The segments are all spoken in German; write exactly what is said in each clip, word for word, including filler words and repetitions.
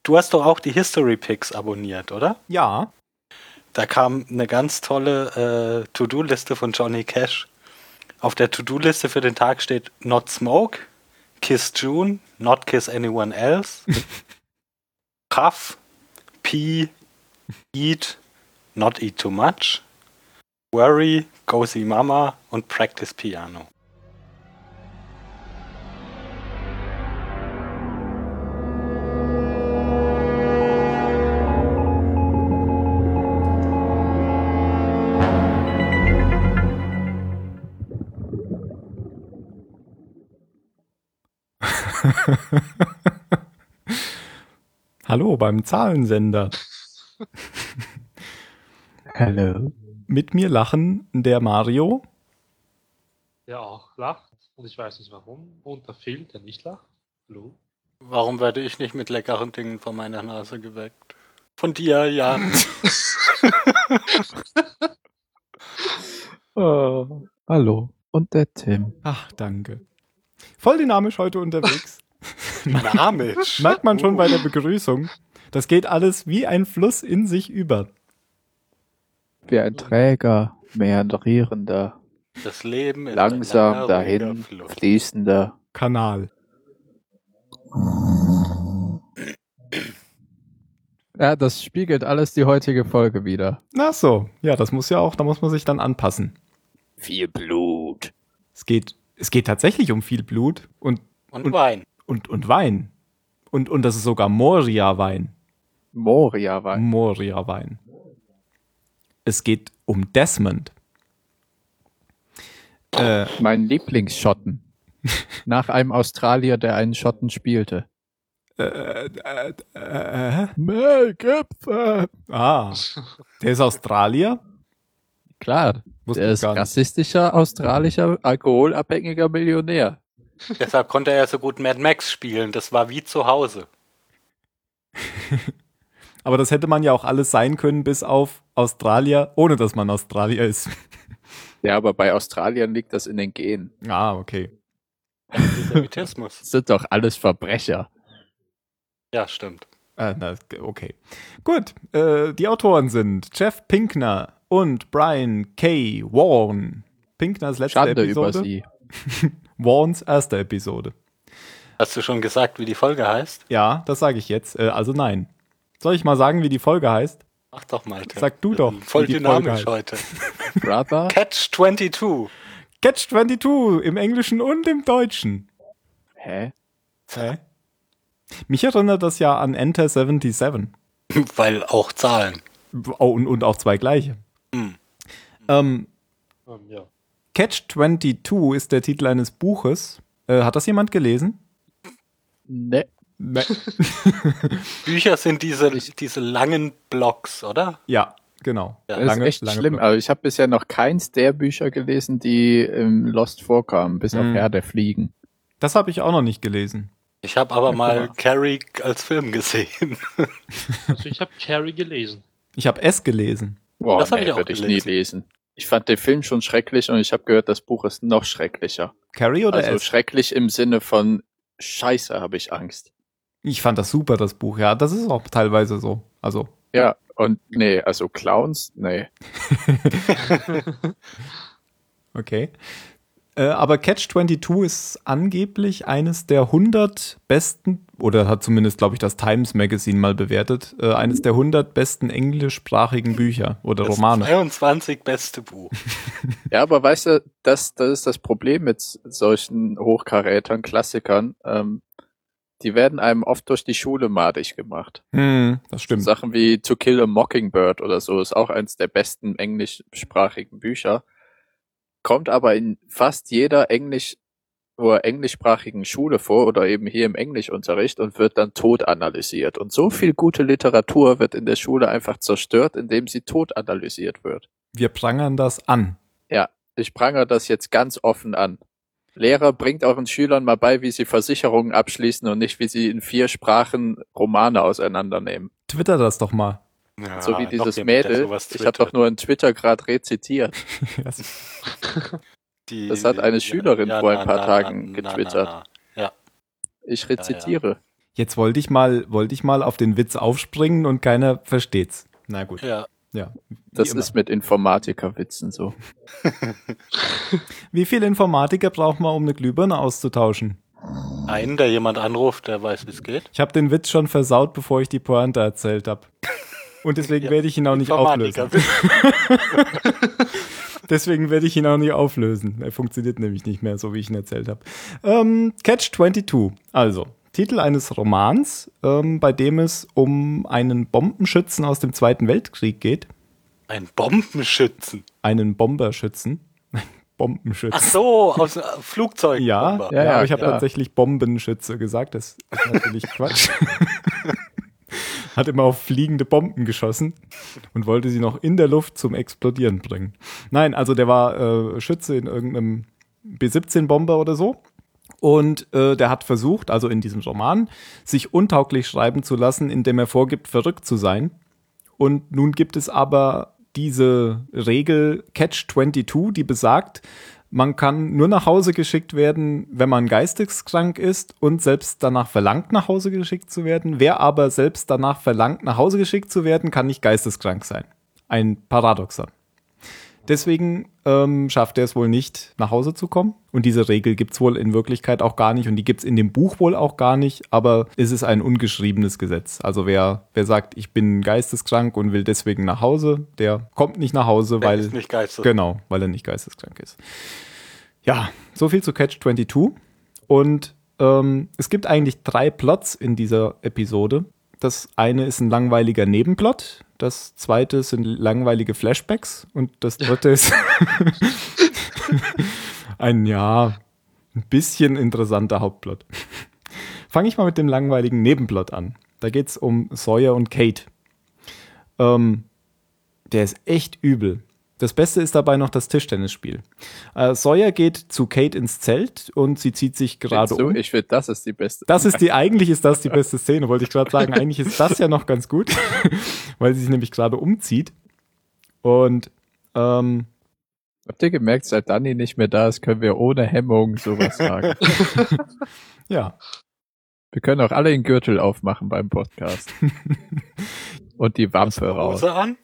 Du hast doch auch die History Picks abonniert, oder? Ja. Da kam eine ganz tolle äh, To-Do-Liste von Johnny Cash. Auf der To-Do-Liste für den Tag steht Not Smoke, Kiss June, Not Kiss Anyone Else, Puff, Pee, Eat, Not Eat Too Much, Worry, Go See Mama und Practice Piano. Hallo beim Zahlensender. Hallo. Mit mir lachen der Mario. Der auch lacht und ich weiß nicht warum. Und der Phil, der nicht lacht. Hallo. Warum werde ich nicht mit leckeren Dingen von meiner Nase geweckt? Von dir, ja. Oh, hallo. Und der Tim. Ach, danke. Voll dynamisch heute unterwegs. Dynamisch? Merkt man schon bei der Begrüßung. Das geht alles wie ein Fluss in sich über. Wie ein träger, meandrierender, Das Leben ist langsam ein dahin Fluss. fließender Kanal. Ja, das spiegelt alles die heutige Folge wieder. Ach so, ja, das muss ja auch, da muss man sich dann anpassen. Viel Blut. Es geht, es geht tatsächlich um viel Blut und, Und, Und- Wein. und, und Wein. Und, und das ist sogar Moria-Wein. Moria war. Moria-Wein. Es geht um Desmond. Äh, Mein Lieblingsschotten. Nach einem Australier, der einen Schotten spielte. äh, äh, äh, Mel Gibson. ah, der ist Australier? Klar, Wusste der ich ist gar nicht. rassistischer, australischer, alkoholabhängiger Millionär. Deshalb konnte er ja so gut Mad Max spielen. Das war wie zu Hause. Aber das hätte man ja auch alles sein können, bis auf Australier, ohne dass man Australier ist. Ja, aber bei Australiern liegt das in den Genen. Ah, okay. Antisemitismus. Das sind doch alles Verbrecher. Ja, stimmt. Äh, na, okay. Gut, äh, die Autoren sind Jeff Pinkner und Brian K. Vaughan. Pinkners letzte Schande Episode. über sie. Vaughans erste Episode. Hast du schon gesagt, wie die Folge heißt? Ja, das sage ich jetzt. Äh, also nein. Soll ich mal sagen, wie die Folge heißt? Mach doch mal. Tim. Sag du Wir doch, sind Voll wie die Folge dynamisch heißt. heute. Brother? Catch zweiundzwanzig. Catch zweiundzwanzig im Englischen und im Deutschen. Hä? Hä? Mich erinnert das ja an Enter siebenundsiebzig. Weil auch Zahlen. Oh, und, und auch zwei gleiche. Hm. Ähm, Ähm, ja. Catch zweiundzwanzig ist der Titel eines Buches. Äh, hat das jemand gelesen? Ne. Ne. Bücher sind diese, diese langen Blocks, oder? Ja, genau. Ja, Das ist echt schlimm. Also ich habe bisher noch keins der Bücher gelesen, die im Lost vorkamen, bis auf Mhm. Herr der Fliegen. Das habe ich auch noch nicht gelesen. Ich habe aber mal guck Carrie als Film gesehen. Also ich habe Carrie gelesen. Ich habe es gelesen. Boah, Das hab nee, ich auch würde ich nie gelesen. lesen. Ich fand den Film schon schrecklich und ich habe gehört, das Buch ist noch schrecklicher. Carrie oder Also es? schrecklich im Sinne von Scheiße, habe ich Angst. Ich fand das super, das Buch. Ja, das ist auch teilweise so. Also, Ja, und nee, also Clowns, nee. okay. Äh, aber Catch zweiundzwanzig ist angeblich eines der hundert besten, oder hat zumindest, glaube ich, das Times Magazine mal bewertet, äh, eines der hundert besten englischsprachigen Bücher oder Das Romane. zweiundzwanzig beste Buch. Ja, aber weißt du, das, das ist das Problem mit solchen Hochkarätern, Klassikern. Ähm, die werden einem oft durch die Schule madig gemacht. Hm, das stimmt. Sachen wie To Kill a Mockingbird oder so ist auch eins der besten englischsprachigen Bücher. Kommt aber in fast jeder englisch oder englischsprachigen Schule vor oder eben hier im Englischunterricht und wird dann tot analysiert. Und so viel gute Literatur wird in der Schule einfach zerstört, indem sie tot analysiert wird. Wir prangern das an. Ja, ich prangere das jetzt ganz offen an. Lehrer, bringt euren Schülern mal bei, wie sie Versicherungen abschließen und nicht, wie sie in vier Sprachen Romane auseinandernehmen. Twitter das doch mal. Ja, so wie noch dieses jemand, der Mädel. sowas Ich habe doch twittert. nur in Twitter gerade rezitiert. Die- das hat eine Schülerin vor ein paar na, Tagen na, na, getwittert. na, na. Ja, Ich rezitiere. Jetzt wollte ich mal, wollte ich mal auf den Witz aufspringen und keiner versteht's. Na gut. Ja. Ja. Das immer. ist mit Informatikerwitzen so. Wie viele Informatiker braucht man, um eine Glühbirne auszutauschen? Einen, der jemand anruft, der weiß, wie es geht. Ich habe den Witz schon versaut, bevor ich die Pointe erzählt habe. Und deswegen Ja, werde ich ihn auch nicht auflösen. Deswegen werde ich ihn auch nicht auflösen. Er funktioniert nämlich nicht mehr, so wie ich ihn erzählt habe. Ähm, Catch zweiundzwanzig. Also, Titel eines Romans, ähm, bei dem es um einen Bombenschützen aus dem Zweiten Weltkrieg geht. Ein Bombenschützen. Einen Bomberschützen. Ein Bombenschützen. Ach so, aus dem Flugzeug. Ja, Bomber. ja, Ja, aber ich habe klar. tatsächlich Bombenschütze gesagt. Das ist natürlich Quatsch. Hat immer auf fliegende Bomben geschossen und wollte sie noch in der Luft zum Explodieren bringen. Nein, also der war äh, Schütze in irgendeinem B siebzehn Bomber oder so. Und äh, der hat versucht, also in diesem Roman, sich untauglich schreiben zu lassen, indem er vorgibt, verrückt zu sein. Und nun gibt es aber diese Regel Catch zweiundzwanzig, die besagt, man kann nur nach Hause geschickt werden, wenn man geisteskrank ist und selbst danach verlangt, nach Hause geschickt zu werden. Wer aber selbst danach verlangt, nach Hause geschickt zu werden, kann nicht geisteskrank sein. Ein Paradoxon. Deswegen ähm, schafft er es wohl nicht, nach Hause zu kommen. Und diese Regel gibt es wohl in Wirklichkeit auch gar nicht. Und die gibt es in dem Buch wohl auch gar nicht. Aber es ist ein ungeschriebenes Gesetz. Also wer, wer sagt, ich bin geisteskrank und will deswegen nach Hause, der kommt nicht nach Hause, Der weil, ist nicht geisteskrank. genau, weil er nicht geisteskrank ist. Ja, so viel zu Catch zweiundzwanzig. Und ähm, es gibt eigentlich drei Plots in dieser Episode. Das eine ist ein langweiliger Nebenplot, das zweite sind langweilige Flashbacks und das dritte ist ein, ja, ein bisschen interessanter Hauptplot. Fange ich mal mit dem langweiligen Nebenplot an. Da geht es um Sawyer und Kate. Ähm, der ist echt übel. Das Beste ist dabei noch das Tischtennisspiel. Äh, Sawyer geht zu Kate ins Zelt und sie zieht sich gerade Findest du? um. Ich finde, das ist die beste. Das ist die, eigentlich ist das die beste Szene, wollte ich gerade sagen. Eigentlich ist das ja noch ganz gut, weil sie sich nämlich gerade umzieht. Und ähm, Habt ihr gemerkt, seit Dani nicht mehr da ist, können wir ohne Hemmung sowas sagen. ja, Wir können auch alle den Gürtel aufmachen beim Podcast. Und die Wampe raus. Hose an?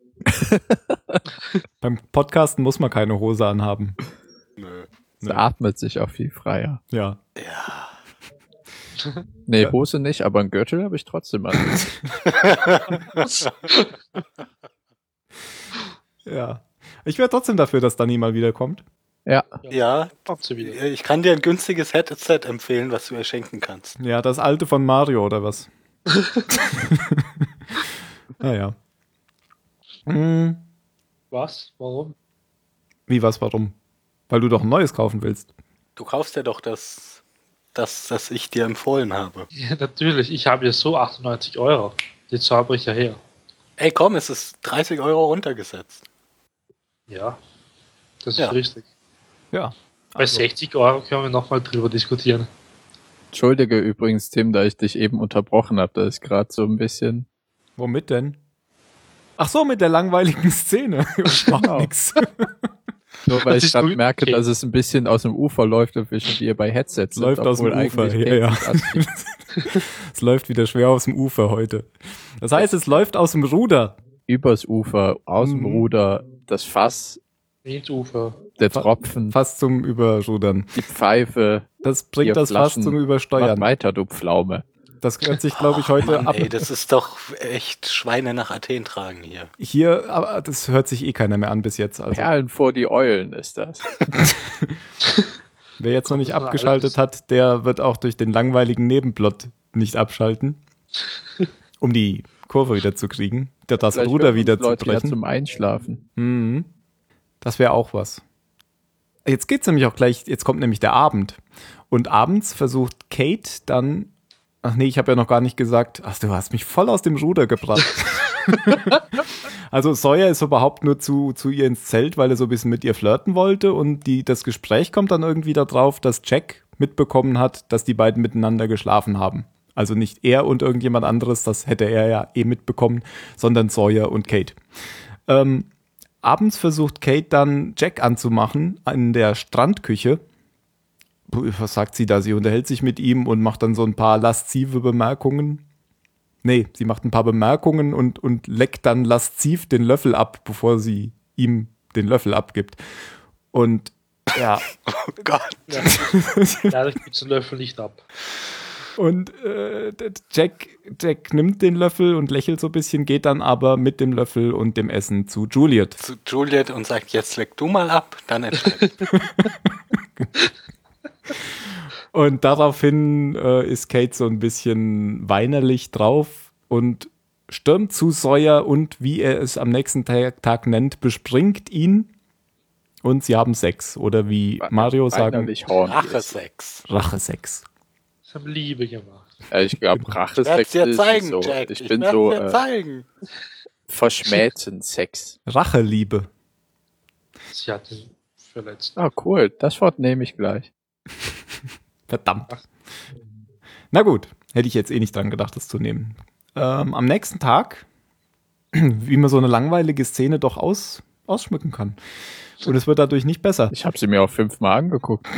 beim Podcasten muss man keine Hose anhaben. Nö. Es atmet sich auch viel freier. Ja. Ja. Nee, Ja. Hose nicht, aber einen Gürtel habe ich trotzdem an. Ja. Ich wäre trotzdem dafür, dass Dani mal wiederkommt. Ja, Ja, Kommt sie wieder. ich kann dir ein günstiges Headset empfehlen, was du ihr schenken kannst. Ja, das alte von Mario oder was? Naja. Hm, Was? Warum? wie, was, warum? Weil du doch ein neues kaufen willst. Du kaufst ja doch das, das, das ich dir empfohlen habe. Ja, natürlich. Ich habe ja so achtundneunzig Euro. Die Zahl ich ja her. Ey, komm, es ist dreißig Euro runtergesetzt. Ja. Das ist Ja. richtig. Ja. Bei sechzig Euro können wir nochmal drüber diskutieren. entschuldige übrigens, Tim, da ich dich eben unterbrochen habe. Da ist gerade so ein bisschen... Womit denn? Ach so, mit der langweiligen Szene. Ich mach Genau. nix. Nur weil Das ich ist gerade gut. merke, Okay. dass es ein bisschen aus dem Ufer läuft und wir schon wieder bei Headsets sind. Läuft aus dem obwohl Ufer, eigentlich ja, Kate ja. sich anzieht. Es läuft wieder schwer aus dem Ufer heute. Das heißt, es läuft aus dem Ruder. Übers Ufer, aus dem Mhm. Ruder, das Fass, Ins Ufer. der Fa- Tropfen, Fast zum Überrudern. die Pfeife. Das bringt Vier das Fass Flaschen. zum Mach Übersteuern. weiter, du Pflaume. Das hört sich, glaube ich, heute Mann, ab. ey, das ist doch echt Schweine nach Athen tragen hier. Hier, aber das hört sich eh keiner mehr an bis jetzt. Also, Perlen vor die Eulen ist das. wer jetzt noch nicht Das war abgeschaltet alles. hat, der wird auch durch den langweiligen Nebenplot nicht abschalten, um die Kurve wieder zu kriegen, das Vielleicht Ruder hören uns wieder zu Leute ja brechen. zum Einschlafen. Mhm. Das wäre auch was. Jetzt geht's nämlich auch gleich, jetzt kommt nämlich der Abend. Und abends versucht Kate dann, ach nee, ich habe ja noch gar nicht gesagt, ach, du hast mich voll aus dem Ruder gebracht. Also Sawyer ist überhaupt nur zu, zu ihr ins Zelt, weil er so ein bisschen mit ihr flirten wollte und die, das Gespräch kommt dann irgendwie darauf, dass Jack mitbekommen hat, dass die beiden miteinander geschlafen haben. Also nicht er und irgendjemand anderes, das hätte er ja eh mitbekommen, sondern Sawyer und Kate. Ähm, abends versucht Kate dann Jack anzumachen in der Strandküche, was sagt sie da? Sie unterhält sich mit ihm und macht dann so ein paar laszive Bemerkungen. Nee, sie macht ein paar Bemerkungen und, und leckt dann lasziv den Löffel ab, bevor sie ihm den Löffel abgibt. Und ja. Oh Gott. Ja, ja, ich gebe den Löffel nicht ab. Und äh, Jack, Jack nimmt den Löffel und lächelt so ein bisschen, geht dann aber mit dem Löffel und dem Essen zu Juliet. Zu Juliet und sagt, jetzt leck du mal ab, dann entscheid. Und daraufhin äh, ist Kate so ein bisschen weinerlich drauf und stürmt zu Sawyer und, wie er es am nächsten Tag, Tag nennt, bespringt ihn und sie haben Sex. Oder wie Mario sagen, Weinerlich horny ist. Rachesex. Rachesex. Das haben Liebe gemacht. Ja, ich glaube, Ich werd's Rachesex dir ist zeigen, so. Jack. Ich Ich bin werd's so dir äh, zeigen. verschmähten Sex. Racheliebe. Sie hat ihn verletzt. Ah, cool. Das Wort nehme ich gleich. Verdammt. Na gut, hätte ich jetzt eh nicht dran gedacht, das zu nehmen. Ähm, am nächsten Tag, wie man so eine langweilige Szene doch aus, ausschmücken kann. Und es wird dadurch nicht besser. Ich habe sie mir auch fünfmal angeguckt.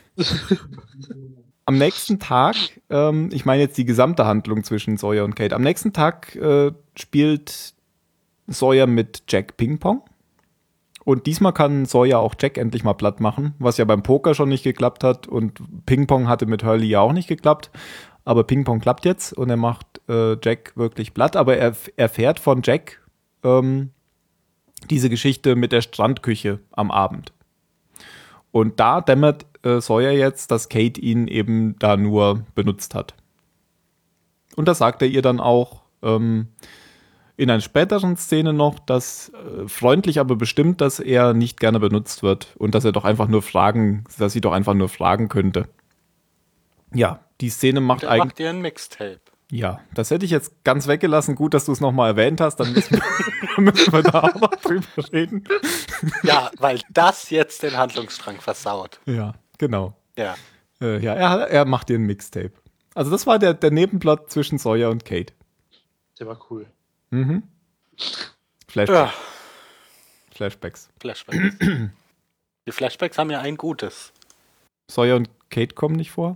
Am nächsten Tag, ähm, ich meine jetzt die gesamte Handlung zwischen Sawyer und Kate. Am nächsten Tag äh, spielt Sawyer mit Jack Ping-Pong. Und diesmal kann Sawyer auch Jack endlich mal platt machen, was ja beim Poker schon nicht geklappt hat. Und Ping-Pong hatte mit Hurley ja auch nicht geklappt. Aber Ping-Pong klappt jetzt und er macht äh, Jack wirklich platt. Aber er erfährt von Jack ähm, diese Geschichte mit der Strandküche am Abend. Und da dämmert äh, Sawyer jetzt, dass Kate ihn eben da nur benutzt hat. Und das sagt er ihr dann auch ähm, in einer späteren Szene noch, dass äh, freundlich, aber bestimmt, dass er nicht gerne benutzt wird und dass er doch einfach nur fragen, dass sie doch einfach nur fragen könnte. Ja, die Szene macht Der eigentlich. macht dir ein Mixtape. Ja, das hätte ich jetzt ganz weggelassen. Gut, dass du es nochmal erwähnt hast, dann müssen wir, müssen wir da auch noch drüber reden. Ja, weil das jetzt den Handlungsstrang versaut. Ja, genau. Ja. Äh, ja, er, er macht dir ein Mixtape. Also das war der, der Nebenplot zwischen Sawyer und Kate. Der war cool. Mhm. Flashbacks. ja. Flashbacks. Flashbacks. Die Flashbacks haben ja ein Gutes. Sawyer und Kate kommen nicht vor?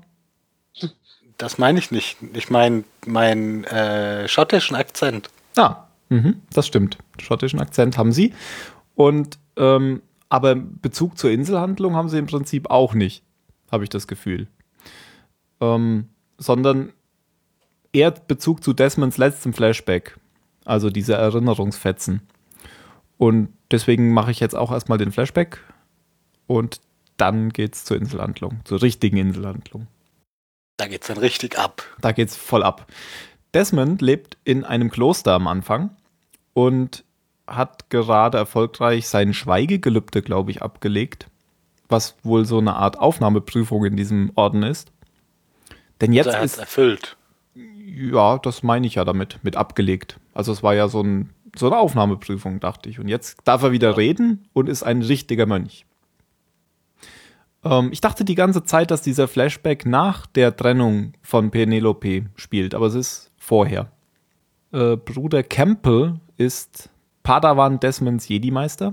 Das meine ich nicht. Ich meine meinen äh, schottischen Akzent. Ah, mhm, das stimmt. Schottischen Akzent haben sie. Und ähm, aber Bezug zur Inselhandlung haben sie im Prinzip auch nicht, habe ich das Gefühl. Ähm, sondern eher Bezug zu Desmonds letztem Flashback. Also diese Erinnerungsfetzen. Und deswegen mache ich jetzt auch erstmal den Flashback und dann geht's zur Inselhandlung, zur richtigen Inselhandlung. Da geht's dann richtig ab. Da geht's voll ab. Desmond lebt in einem Kloster am Anfang und hat gerade erfolgreich sein Schweigegelübde, glaube ich, abgelegt, was wohl so eine Art Aufnahmeprüfung in diesem Orden ist. Denn jetzt also er hat's ist erfüllt. ja, das meine ich ja damit, mit abgelegt. Also es war ja so, ein, so eine Aufnahmeprüfung, dachte ich. Und jetzt darf er wieder reden und ist ein richtiger Mönch. Ähm, ich dachte die ganze Zeit, dass dieser Flashback nach der Trennung von Penelope spielt, aber es ist vorher. Äh, Bruder Campbell ist Padawan Desmonds Jedi-Meister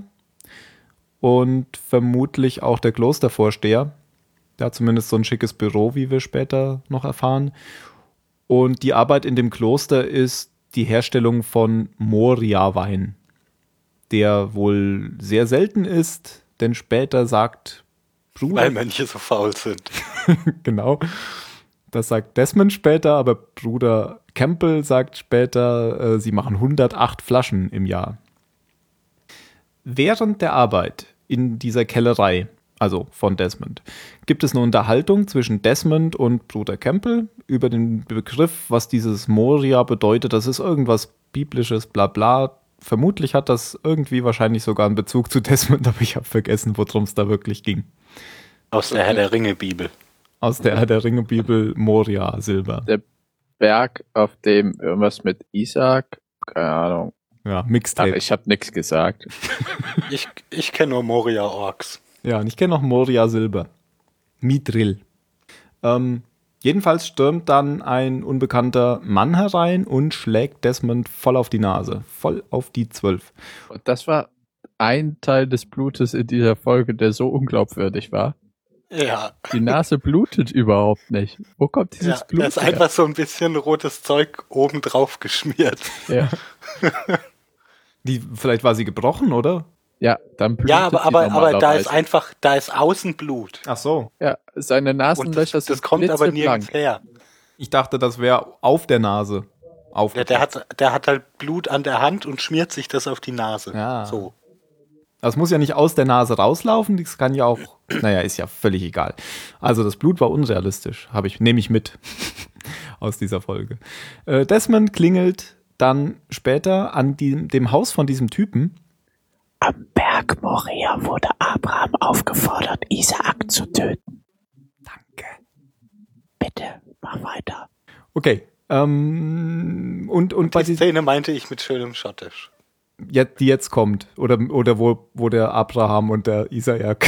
und vermutlich auch der Klostervorsteher. Der hat zumindest so ein schickes Büro, wie wir später noch erfahren. Und die Arbeit in dem Kloster ist die Herstellung von Moria-Wein, der wohl sehr selten ist, denn später sagt Bruder... Weil Mönche so faul sind. Genau. Das sagt Desmond später, aber Bruder Campbell sagt später, äh, sie machen hundertacht Flaschen im Jahr. Während der Arbeit in dieser Kellerei, also von Desmond, gibt es eine Unterhaltung zwischen Desmond und Bruder Campbell über den Begriff, was dieses Moria bedeutet. Das ist irgendwas Biblisches, bla bla. Vermutlich hat das irgendwie wahrscheinlich sogar einen Bezug zu Desmond, aber ich habe vergessen, worum es da wirklich ging. Aus der Herr der Ringe-Bibel. Aus der Herr der Ringe-Bibel Moria, Silber. Der Berg, auf dem irgendwas mit Isaac, keine Ahnung. Ja, Ach, Mixtape. ich habe nichts gesagt. Ich, ich kenne nur Moria-Orks. Ja, und ich kenne noch Moria Silber. Mithril. Ähm, jedenfalls stürmt dann ein unbekannter Mann herein und schlägt Desmond voll auf die Nase. Voll auf die Zwölf. Und das war ein Teil des Blutes in dieser Folge, der so unglaubwürdig war. Ja. Die Nase blutet überhaupt nicht. Wo kommt dieses Ja, Blut da ist her? einfach so ein bisschen rotes Zeug oben drauf geschmiert. Ja, Die, vielleicht war sie gebrochen, oder? ja dann blutet Ja, aber, sie aber, aber da normalerweise. ist einfach, da ist außen Blut. Ach so. Ja, seine Und Nasenlöcher das, sind das kommt aber blitzeblank. nirgends her. Ich dachte, das wäre auf der Nase. Auf Ja, der hat, der hat halt Blut an der Hand und schmiert sich das auf die Nase. Ja. So. Das muss ja nicht aus der Nase rauslaufen, das kann ja auch, naja, ist ja völlig egal. Also das Blut war unrealistisch, habe ich, nehme ich mit aus dieser Folge. Äh, Desmond klingelt dann später an die, dem Haus von diesem Typen. Am Berg Moria wurde Abraham aufgefordert, Isaak zu töten. Danke. Bitte, mach weiter. Okay. Ähm, und, und bei Die diesem, Szene meinte ich mit schönem Schottisch. jetzt, die jetzt kommt, oder, oder wo, wo der Abraham und der Isaak.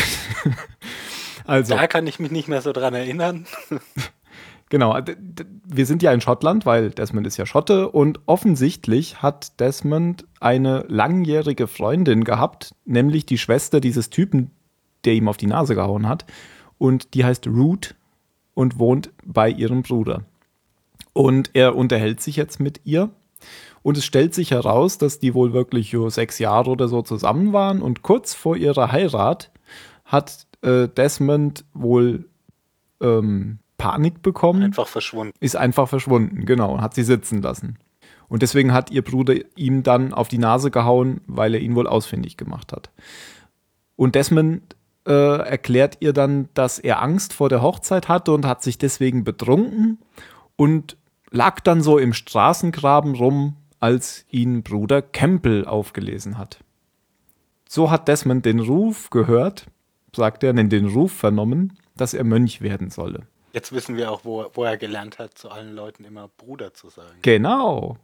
Also. Da kann ich mich nicht mehr so dran erinnern. Genau, d- d- wir sind ja in Schottland, weil Desmond ist ja Schotte und offensichtlich hat Desmond eine langjährige Freundin gehabt, nämlich die Schwester dieses Typen, der ihm auf die Nase gehauen hat, und die heißt Ruth und wohnt bei ihrem Bruder. Und er unterhält sich jetzt mit ihr und es stellt sich heraus, dass die wohl wirklich so sechs Jahre oder so zusammen waren und kurz vor ihrer Heirat hat äh, Desmond wohl ähm, Panik bekommen. Einfach verschwunden. Ist einfach verschwunden, genau, hat sie sitzen lassen. Und deswegen hat ihr Bruder ihm dann auf die Nase gehauen, weil er ihn wohl ausfindig gemacht hat. Und Desmond äh, erklärt ihr dann, dass er Angst vor der Hochzeit hatte und hat sich deswegen betrunken und lag dann so im Straßengraben rum, als ihn Bruder Campbell aufgelesen hat. So hat Desmond den Ruf gehört, sagt er, nennt den Ruf vernommen, dass er Mönch werden solle. Jetzt wissen wir auch, wo, wo er gelernt hat, zu allen Leuten immer Bruder zu sagen. Genau.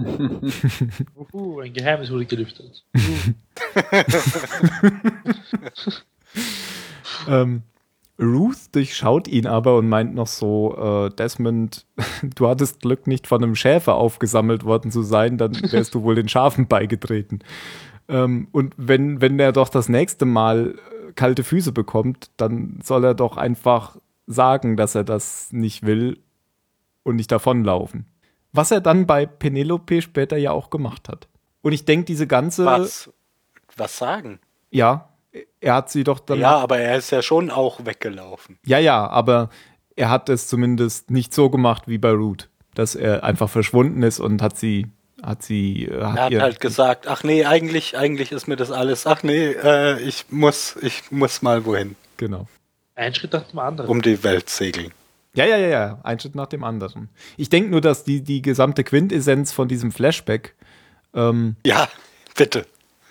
Uhu, ein Geheimnis wurde gelüftet. ähm, Ruth durchschaut ihn aber und meint noch so, äh, Desmond, du hattest Glück, nicht von einem Schäfer aufgesammelt worden zu sein, dann wärst du wohl den Schafen beigetreten. Ähm, und wenn, wenn er doch das nächste Mal äh, kalte Füße bekommt, dann soll er doch einfach sagen, dass er das nicht will und nicht davonlaufen. Was er dann bei Penelope später ja auch gemacht hat. Und ich denke, diese ganze... Was? Was sagen? Ja, er hat sie doch dann... Ja, aber er ist ja schon auch weggelaufen. Ja, ja, aber er hat es zumindest nicht so gemacht wie bei Ruth, dass er einfach verschwunden ist und hat sie... Hat sie äh, hat Er hat ihr, halt gesagt, ach nee, eigentlich, eigentlich ist mir das alles, ach nee, äh, ich muss, ich muss mal wohin. Genau. Ein Schritt nach dem anderen. Um die Welt segeln. Ja, ja, ja, ja, ein Schritt nach dem anderen. Ich denke nur, dass die, die gesamte Quintessenz von diesem Flashback, ähm, Ja, bitte.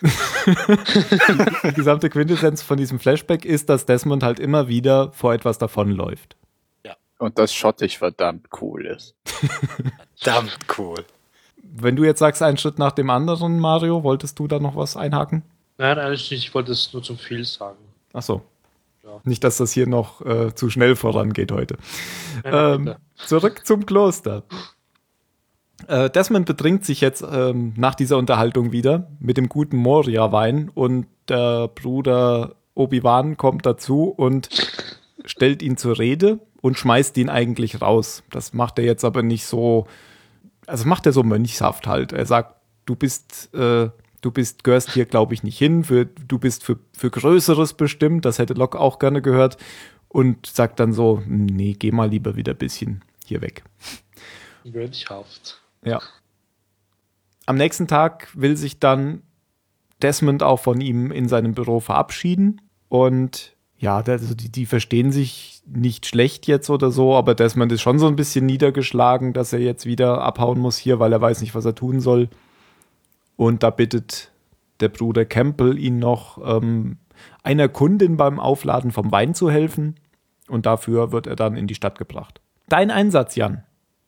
die gesamte Quintessenz von diesem Flashback ist, dass Desmond halt immer wieder vor etwas davonläuft. Und das Schottisch verdammt cool ist. Verdammt cool. Wenn du jetzt sagst, ein Schritt nach dem anderen, Mario, wolltest du da noch was einhaken? Nein, eigentlich nicht. Ich wollte es nur zum Phil sagen. Ach so. Ja. Nicht, dass das hier noch äh, zu schnell vorangeht heute. Nein, nein, Ähm, bitte. zurück zum Kloster. Äh, Desmond betrinkt sich jetzt ähm, nach dieser Unterhaltung wieder mit dem guten Moria-Wein und der Bruder Obi-Wan kommt dazu und stellt ihn zur Rede und schmeißt ihn eigentlich raus. Das macht er jetzt aber nicht so, also macht er so mönchshaft halt. Er sagt, du bist, äh, du bist, gehörst hier, glaube ich, nicht hin, für, du bist für, für Größeres bestimmt, das hätte Locke auch gerne gehört und sagt dann so, nee, geh mal lieber wieder ein bisschen hier weg. Mönchhaft. Ja. Am nächsten Tag will sich dann Desmond auch von ihm in seinem Büro verabschieden und ja, also die, die verstehen sich nicht schlecht jetzt oder so, aber Desmond ist schon so ein bisschen niedergeschlagen, dass er jetzt wieder abhauen muss hier, weil er weiß nicht, was er tun soll. Und da bittet der Bruder Campbell ihn noch, ähm, einer Kundin beim Aufladen vom Wein zu helfen und dafür wird er dann in die Stadt gebracht. Dein Einsatz, Jan.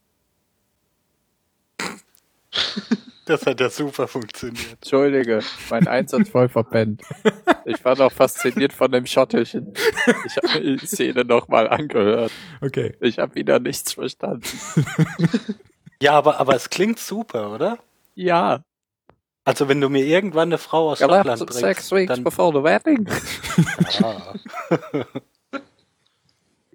Das hat ja super funktioniert. Entschuldige, mein Einsatz voll verpennt. Ich war noch fasziniert von dem Schottischen. Ich habe mir die Szene nochmal angehört. Okay. Ich habe wieder nichts verstanden. Ja, aber, aber es klingt super, oder? Ja, Also wenn du mir irgendwann eine Frau aus I left Schottland six bringst, weeks dann... before the wedding. Ah.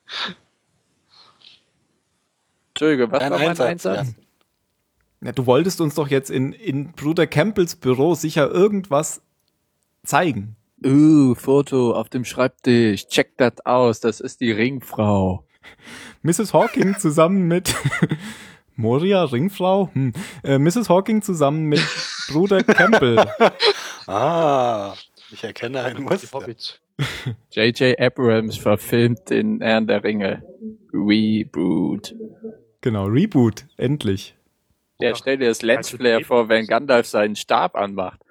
Entschuldigung, was Dein war mein Einsatz, Einsatz? ja. Ja, du wolltest uns doch jetzt in, in Bruder Campbells Büro sicher irgendwas zeigen. Uh, Foto auf dem Schreibtisch. Check das aus, das ist die Ringfrau. Misses Hawking zusammen mit Moria, Ringfrau? Hm. Äh, Misses Hawking zusammen mit Bruder Campbell. Ah, ich erkenne ein Die Muster. Hobbits. J J. Abrams verfilmt den Herrn der Ringe. Reboot. Genau, Reboot, endlich. Ja, stell dir das Lensflare vor, wenn Gandalf seinen Stab anmacht.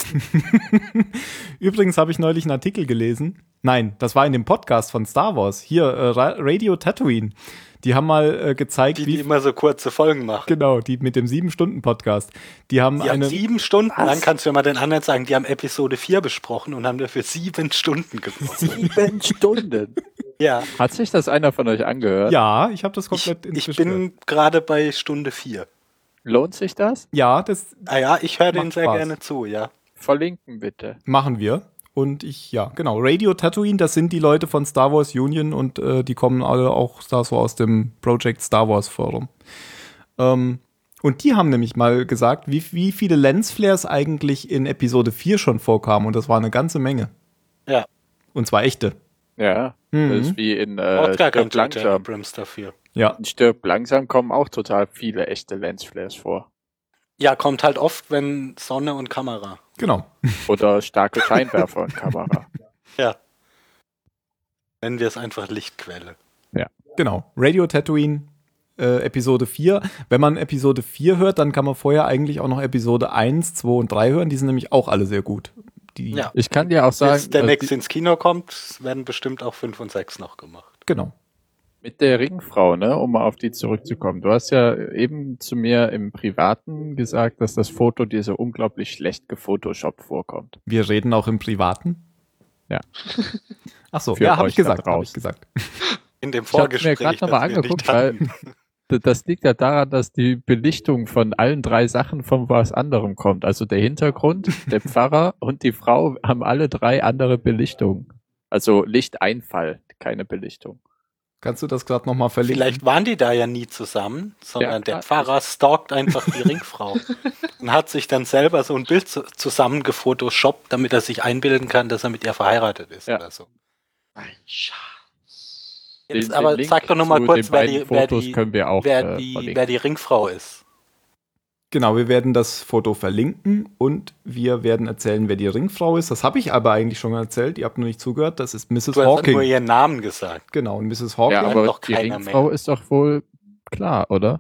Übrigens habe ich neulich einen Artikel gelesen. Nein, das war in dem Podcast von Star Wars. Hier, äh, Ra- Radio Tatooine. Die haben mal äh, gezeigt, Die, wie... die immer so kurze Folgen machen. Genau, die mit dem sieben-Stunden-Podcast. Die haben Die eine... haben sieben Stunden Was? lang, kannst du ja mal den anderen sagen, die haben Episode vier besprochen und haben dafür sieben Stunden gebraucht. Sieben Stunden. Ja, Hat sich das einer von euch angehört? Ja, ich habe das ich, komplett ich inzwischen gehört. bin gerade bei Stunde vier. Lohnt sich das? Ja, das Ah ja, ich höre den Macht sehr Spaß. gerne zu, ja. Verlinken bitte. machen wir. Und ich, ja, genau. Radio Tatooine, das sind die Leute von Star Wars Union und äh, die kommen alle auch da so aus dem Project Star Wars Forum. Ähm, und die haben nämlich mal gesagt, wie, wie viele Lensflares eigentlich in Episode vier schon vorkamen. Und das war eine ganze Menge. Ja, Und zwar echte. Ja, Mhm. das ist wie in braucht äh, gar kein Stirb J J. langsam. Abrams dafür. Ja, In Stirb langsam kommen auch total viele echte Lensflares vor. Ja, kommt halt oft, wenn Sonne und Kamera. genau. Oder starke Scheinwerfer und Kamera. Ja. Nennen wir es einfach Lichtquelle. Genau. Radio Tatooine, äh, Episode vier. Wenn man Episode vier hört, dann kann man vorher eigentlich auch noch Episode eins, zwei und drei hören. Die sind nämlich auch alle sehr gut. Die, Ja. Ich kann dir auch sagen, Bis der äh, nächste ins Kino kommt, werden bestimmt auch fünf und sechs noch gemacht. Genau. mit der Ringfrau, ne, um mal auf die zurückzukommen. Du hast ja eben zu mir im Privaten gesagt, dass das Foto dir so unglaublich schlecht gefotoshoppt vorkommt. Wir reden auch im Privaten. Ja. Ach so, Für ja, habe euch ich da gesagt, habe ich draußen. gesagt. In dem Ich habe mir Vorgespräch. gerade nochmal das wir angeguckt, nicht weil hatten. d- das liegt ja daran, dass die Belichtung von allen drei Sachen von was anderem kommt. Also der Hintergrund, der Pfarrer und die Frau haben alle drei andere Belichtungen. Also Lichteinfall, keine Belichtung. Kannst du das gerade nochmal verlinken? Vielleicht waren die da ja nie zusammen, sondern Ja, der klar. Pfarrer stalkt einfach die Ringfrau und hat sich dann selber so ein Bild zu, zusammengefotoshoppt, damit er sich einbilden kann, dass er mit ihr verheiratet ist Ja. oder so. Ein Schatz. Jetzt Den- aber den Link sag doch nochmal zu kurz, den wer beiden die, wer, Fotos die, können wir auch wer, äh, die, verlinken. wer die Ringfrau ist. Genau, wir werden das Foto verlinken und wir werden erzählen, wer die Ringfrau ist. Das habe ich aber eigentlich schon erzählt. Ihr habt nur nicht zugehört. Das ist Misses Du hast Hawking. nur ihren Namen gesagt. Genau, und Misses Hawking. Ja, kennt aber doch die keiner Ringfrau mehr. ist doch wohl klar, oder?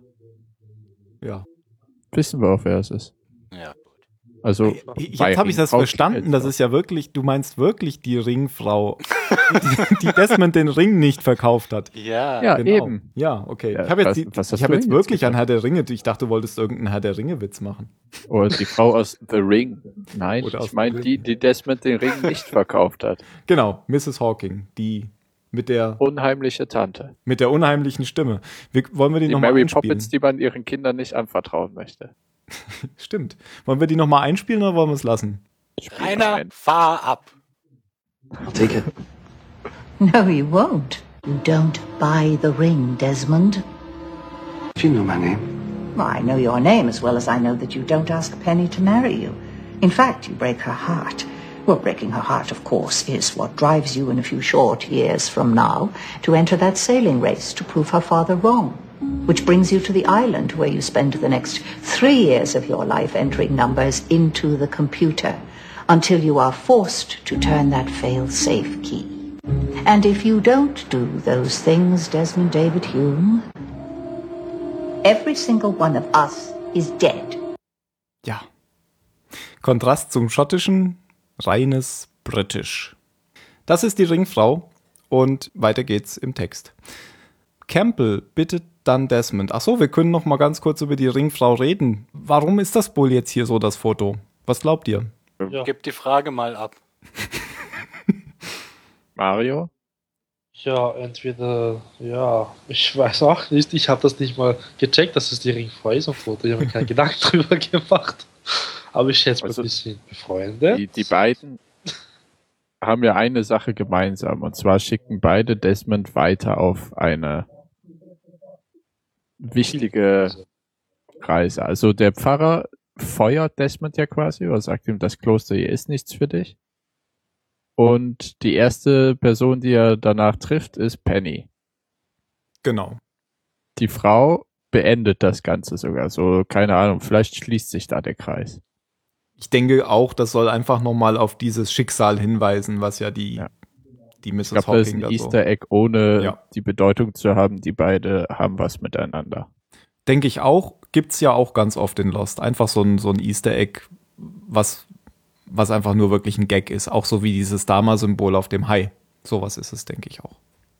Ja. Wissen wir auch, wer es ist. Ja. Also Jetzt bei habe ich das Ringfrau verstanden. klingelt Das doch. ist ja wirklich, du meinst wirklich die Ringfrau, die, die Desmond den Ring nicht verkauft hat. Ja. Ja, Genau. eben. Ja, okay. Ja, ich habe jetzt, was- die- was hast ich hab du jetzt denn wirklich jetzt an Herr der Ringe. Ich dachte, du wolltest irgendeinen Herr der Ringe-Witz machen. Oder die Frau aus The Ring. Nein, Oder aus ich meine The die, die Desmond den Ring nicht verkauft hat. Genau, Misses Hawking, die mit der, Unheimliche Tante. mit der unheimlichen Stimme. Wir, wollen wir die, Die nochmal Mary einspielen? Poppins, die man ihren Kindern nicht anvertrauen möchte. Stimmt. Wollen wir die nochmal einspielen oder wollen wir es lassen? Spiel Rainer, ein. fahr ab. I'll take it. No, you won't. You don't buy the ring, Desmond. You know my name. Well, I know your name as well as I know that you don't ask Penny to marry you. In fact, you break her heart. Well, breaking her heart, of course, is what drives you in a few short years from now to enter that sailing race to prove her father wrong. Which brings you to the island where you spend the next three years of your life entering numbers into the computer until you are forced to turn that fail-safe key. And if you don't do those things, Desmond David Hume, every single one of us is dead. Ja. Kontrast zum Schottischen, reines Britisch. Das ist die Ringfrau und weiter geht's im Text. Campbell bittet dann Desmond. Ach so, wir können noch mal ganz kurz über die Ringfrau reden. Warum ist das wohl jetzt hier so, das Foto? Was glaubt ihr? Ja. Gib die Frage mal ab. Mario? Ja, entweder, ja, ich weiß auch nicht, ich habe das nicht mal gecheckt, dass es die Ringfrau ist am Foto, ich habe mir keinen Gedanken drüber gemacht. Aber ich schätze mal Also, ein bisschen befreundet. Die, die beiden haben ja eine Sache gemeinsam. Und zwar schicken beide Desmond weiter auf eine wichtige Reise. Also der Pfarrer feuert Desmond ja quasi oder sagt ihm, das Kloster hier ist nichts für dich. Und die erste Person, die er danach trifft, ist Penny. Genau. Die Frau beendet das Ganze sogar. So, keine Ahnung, vielleicht schließt sich da der Kreis. Ich denke auch, das soll einfach nochmal auf dieses Schicksal hinweisen, was ja die, Ja. die Misses Ich glaube, das ist Hawking ein da so. Easter Egg, ohne Ja. die Bedeutung zu haben, die beide haben was miteinander. Denke ich auch, gibt's ja auch ganz oft in Lost. Einfach so ein, so ein Easter Egg, was, was einfach nur wirklich ein Gag ist. Auch so wie dieses Dama-Symbol auf dem Hai. Sowas ist es, denke ich auch.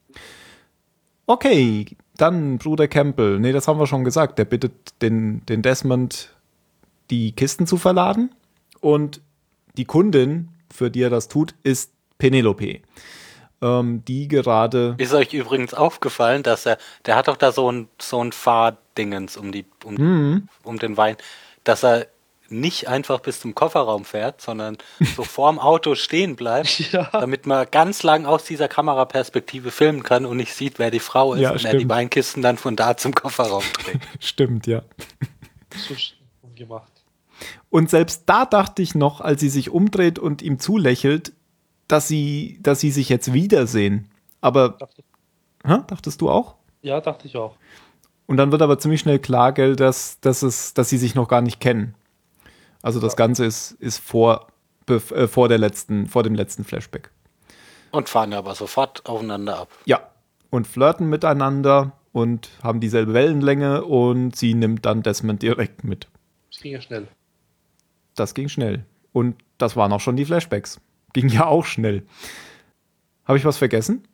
Okay, dann Bruder Campbell. Nee, das haben wir schon gesagt. Der bittet den, den Desmond, die Kisten zu verladen. Und die Kundin, für die er das tut, ist Penelope. Ähm, die gerade... Ist euch übrigens aufgefallen, dass er, der hat doch da so ein, so ein Fahrdingens um die, um, Mhm. um den Wein, dass er nicht einfach bis zum Kofferraum fährt, sondern so vorm Auto stehen bleibt, Ja. damit man ganz lang aus dieser Kameraperspektive filmen kann und nicht sieht, wer die Frau ist, Ja, und er stimmt. die Weinkisten dann von da zum Kofferraum trägt. Stimmt, ja. So sch- gemacht. Und selbst da dachte ich noch, als sie sich umdreht und ihm zulächelt, dass sie, dass sie sich jetzt wiedersehen. Aber, Dachte, hä, dachtest du auch? ja, dachte ich auch. Und dann wird aber ziemlich schnell klar, gell, dass, dass, es, dass sie sich noch gar nicht kennen. Also das Ganze ist, ist vor, bef- äh, vor, der letzten, vor dem letzten Flashback. Und fahren aber sofort aufeinander ab. Ja, und flirten miteinander und haben dieselbe Wellenlänge und sie nimmt dann Desmond direkt mit. Es ging ja schnell. Das ging schnell. Und das waren auch schon die Flashbacks. Ging ja auch schnell. Habe ich was vergessen?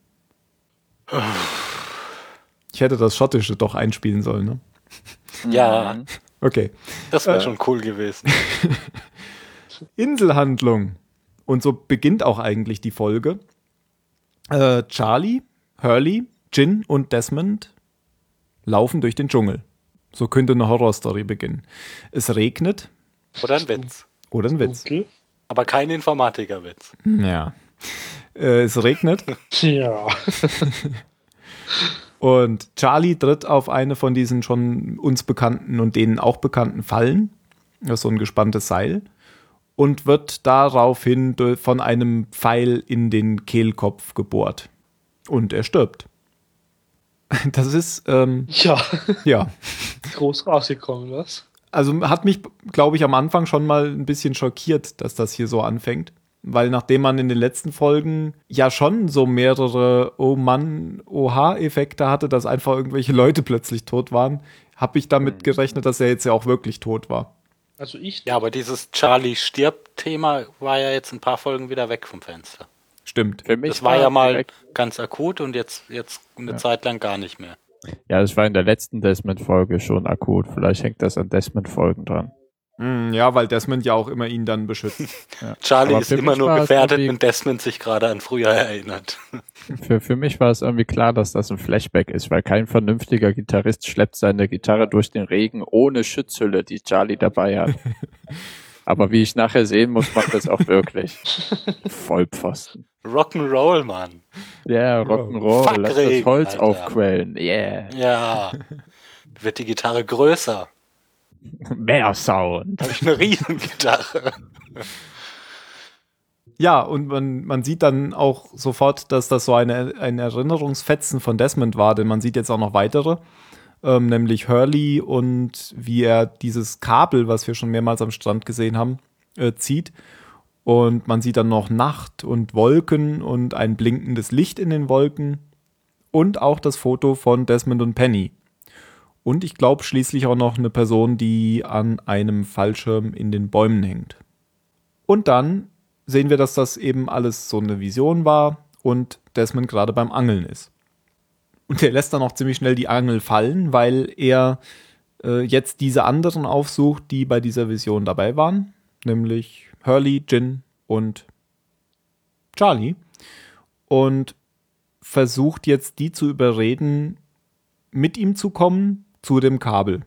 Ich hätte das Schottische doch einspielen sollen, ne? Ja, Okay. das wäre Äh. schon cool gewesen. Inselhandlung. Und so beginnt auch eigentlich die Folge. Äh, Charlie, Hurley, Jin und Desmond laufen durch den Dschungel. So könnte eine Horrorstory beginnen. Es regnet Oder ein Witz. oder ein Witz. Dunkel. Aber kein Informatikerwitz. Ja. Äh, es regnet Ja. und Charlie tritt auf eine von diesen schon uns bekannten und denen auch bekannten Fallen. Das ist so ein gespanntes Seil. Und wird daraufhin durch- von einem Pfeil in den Kehlkopf gebohrt. Und er stirbt. Das ist, ähm, Ja. ja. Groß rausgekommen, was? Also hat mich, glaube ich, am Anfang schon mal ein bisschen schockiert, dass das hier so anfängt. Weil nachdem man in den letzten Folgen ja schon so mehrere Oh Mann, Oha-Effekte hatte, dass einfach irgendwelche Leute plötzlich tot waren, habe ich damit gerechnet, dass er jetzt ja auch wirklich tot war. Also ich. Ja, aber dieses Charlie stirbt-Thema war ja jetzt ein paar Folgen wieder weg vom Fenster. Stimmt. Für mich Das war ja mal direkt- ganz akut und jetzt, jetzt eine Zeit lang gar nicht mehr. Ja, das war in der letzten Desmond-Folge schon akut. Vielleicht hängt das an Desmond-Folgen dran. Mm, ja, weil Desmond ja auch immer ihn dann beschützt. Charlie Aber ist für immer mich nur war es gefährdet, irgendwie- wenn Desmond sich gerade an früher erinnert. Für, für mich war es irgendwie klar, dass das ein Flashback ist, weil kein vernünftiger Gitarrist schleppt seine Gitarre durch den Regen ohne Schutzhülle, die Charlie dabei hat. Aber wie ich nachher sehen muss, macht das auch wirklich. Vollpfosten. Rock'n'Roll, Mann. Ja, Fuck Rock'n'Roll, lass das Regen, Holz Alter. aufquellen. Yeah. Ja. Wird die Gitarre größer. Mehr Sound. Habe ich eine Riesengitarre. Ja, und man, man sieht dann auch sofort, dass das so eine, ein Erinnerungsfetzen von Desmond war, denn man sieht jetzt auch noch weitere, ähm, nämlich Hurley und wie er dieses Kabel, was wir schon mehrmals am Strand gesehen haben, äh, zieht. Und man sieht dann noch Nacht und Wolken und ein blinkendes Licht in den Wolken und auch das Foto von Desmond und Penny. Und ich glaube schließlich auch noch eine Person, die an einem Fallschirm in den Bäumen hängt. Und dann sehen wir, dass das eben alles so eine Vision war und Desmond gerade beim Angeln ist. Und er lässt dann auch ziemlich schnell die Angel fallen, weil er äh, jetzt diese anderen aufsucht, die bei dieser Vision dabei waren, nämlich Hurley, Jin und Charlie, und versucht jetzt die zu überreden, mit ihm zu kommen zu dem Kabel.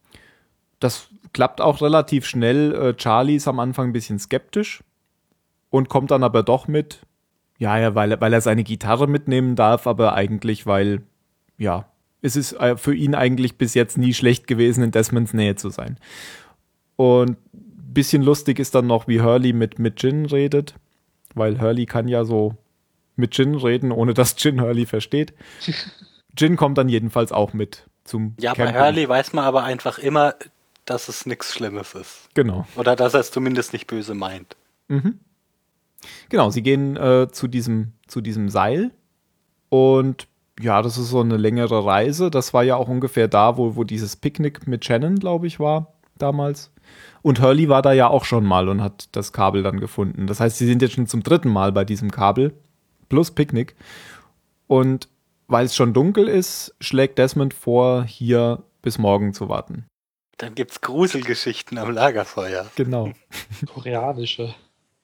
Das klappt auch relativ schnell. Äh, Charlie ist am Anfang ein bisschen skeptisch, und kommt dann aber doch mit. Ja, ja, weil, weil er seine Gitarre mitnehmen darf, aber eigentlich, weil, ja, es ist für ihn eigentlich bis jetzt nie schlecht gewesen, in Desmonds Nähe zu sein. Und ein bisschen lustig ist dann noch, wie Hurley mit, mit Jin redet, weil Hurley kann ja so mit Jin reden, ohne dass Jin Hurley versteht. Jin kommt dann jedenfalls auch mit zum Ja, Camping. bei Hurley weiß man aber einfach immer, dass es nichts Schlimmes ist. Genau. Oder dass er es zumindest nicht böse meint. Mhm. Genau, sie gehen äh, zu diesem, zu diesem Seil und ja, das ist so eine längere Reise. Das war ja auch ungefähr da, wo, wo dieses Picknick mit Shannon, glaube ich, war damals. Und Hurley war da ja auch schon mal und hat das Kabel dann gefunden. Das heißt, sie sind jetzt schon zum dritten Mal bei diesem Kabel plus Picknick. Und weil es schon dunkel ist, schlägt Desmond vor, hier bis morgen zu warten. Dann gibt's Gruselgeschichten am Lagerfeuer. Genau. Koreanische.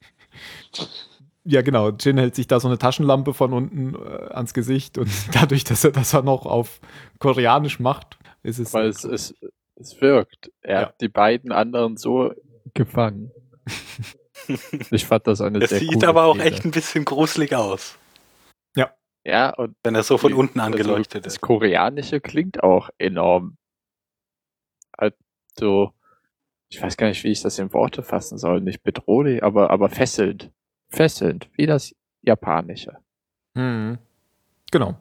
Ja, genau. Jin hält sich da so eine Taschenlampe von unten äh, ans Gesicht und dadurch, dass er das noch auf Koreanisch macht, ist es. Weil es, es, es wirkt. Er Ja. hat die beiden anderen so gefangen. Ich fand das eine Das sehr sieht coole aber auch Szene. echt ein bisschen gruselig aus, Ja, und wenn er so von die- unten also angeleuchtet das ist. Koreanische klingt auch enorm. Also, ich weiß gar nicht, wie ich das in Worte fassen soll. Nicht bedrohlich, aber, aber fesselnd. Fesselnd, wie das Japanische. Hm. Genau.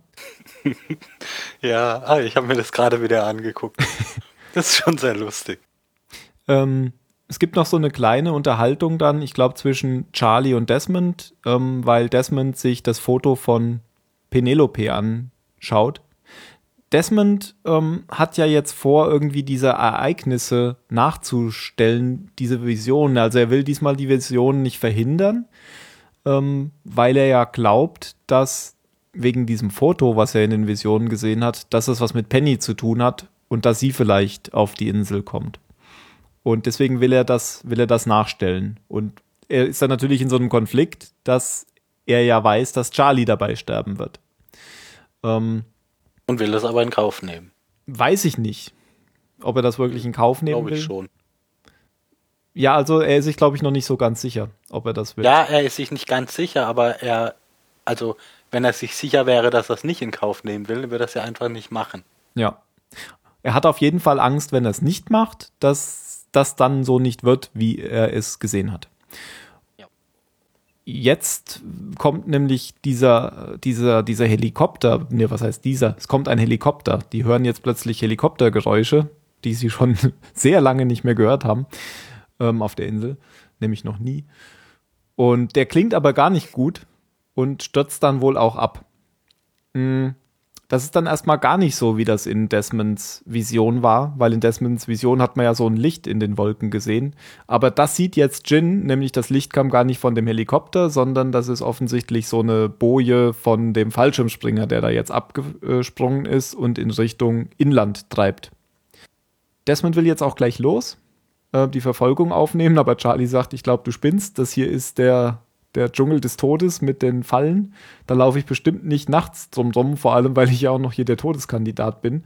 Ja, ah, ich habe mir das gerade wieder angeguckt. Das ist schon sehr lustig. Ähm, es gibt noch so eine kleine Unterhaltung dann, ich glaube, zwischen Charlie und Desmond, ähm, weil Desmond sich das Foto von Penelope anschaut. Desmond ähm, hat ja jetzt vor, irgendwie diese Ereignisse nachzustellen, diese Visionen. Also er will diesmal die Visionen nicht verhindern, ähm, weil er ja glaubt, dass wegen diesem Foto, was er in den Visionen gesehen hat, dass es was mit Penny zu tun hat und dass sie vielleicht auf die Insel kommt. Und deswegen will er das, will er das nachstellen. Und er ist dann natürlich in so einem Konflikt, dass er ja weiß, dass Charlie dabei sterben wird. Ähm, Und will das aber in Kauf nehmen. weiß ich nicht, ob er das wirklich in Kauf nehmen Glaube will. ich schon. Ja, also er ist sich, glaube ich, noch nicht so ganz sicher, ob er das will. Ja, er ist sich nicht ganz sicher, aber er, also wenn er sich sicher wäre, dass er es nicht in Kauf nehmen will, würde er es ja einfach nicht machen. Ja. Er hat auf jeden Fall Angst, wenn er es nicht macht, dass das dann so nicht wird, wie er es gesehen hat. Ja. Jetzt kommt nämlich dieser, dieser, dieser Helikopter, ne, was heißt dieser? Es kommt ein Helikopter. Die hören jetzt plötzlich Helikoptergeräusche, die sie schon sehr lange nicht mehr gehört haben ähm, auf der Insel, nämlich noch nie. Und der klingt aber gar nicht gut und stürzt dann wohl auch ab. Mm. Das ist dann erstmal gar nicht so, wie das in Desmonds Vision war, weil in Desmonds Vision hat man ja so ein Licht in den Wolken gesehen. Aber das sieht jetzt Jin, nämlich das Licht kam gar nicht von dem Helikopter, sondern das ist offensichtlich so eine Boje von dem Fallschirmspringer, der da jetzt abgesprungen ist und in Richtung Inland treibt. Desmond will jetzt auch gleich los, äh, die Verfolgung aufnehmen, aber Charlie sagt, ich glaube, du spinnst, das hier ist der der Dschungel des Todes mit den Fallen. Da laufe ich bestimmt nicht nachts drum drum, vor allem, weil ich ja auch noch hier der Todeskandidat bin.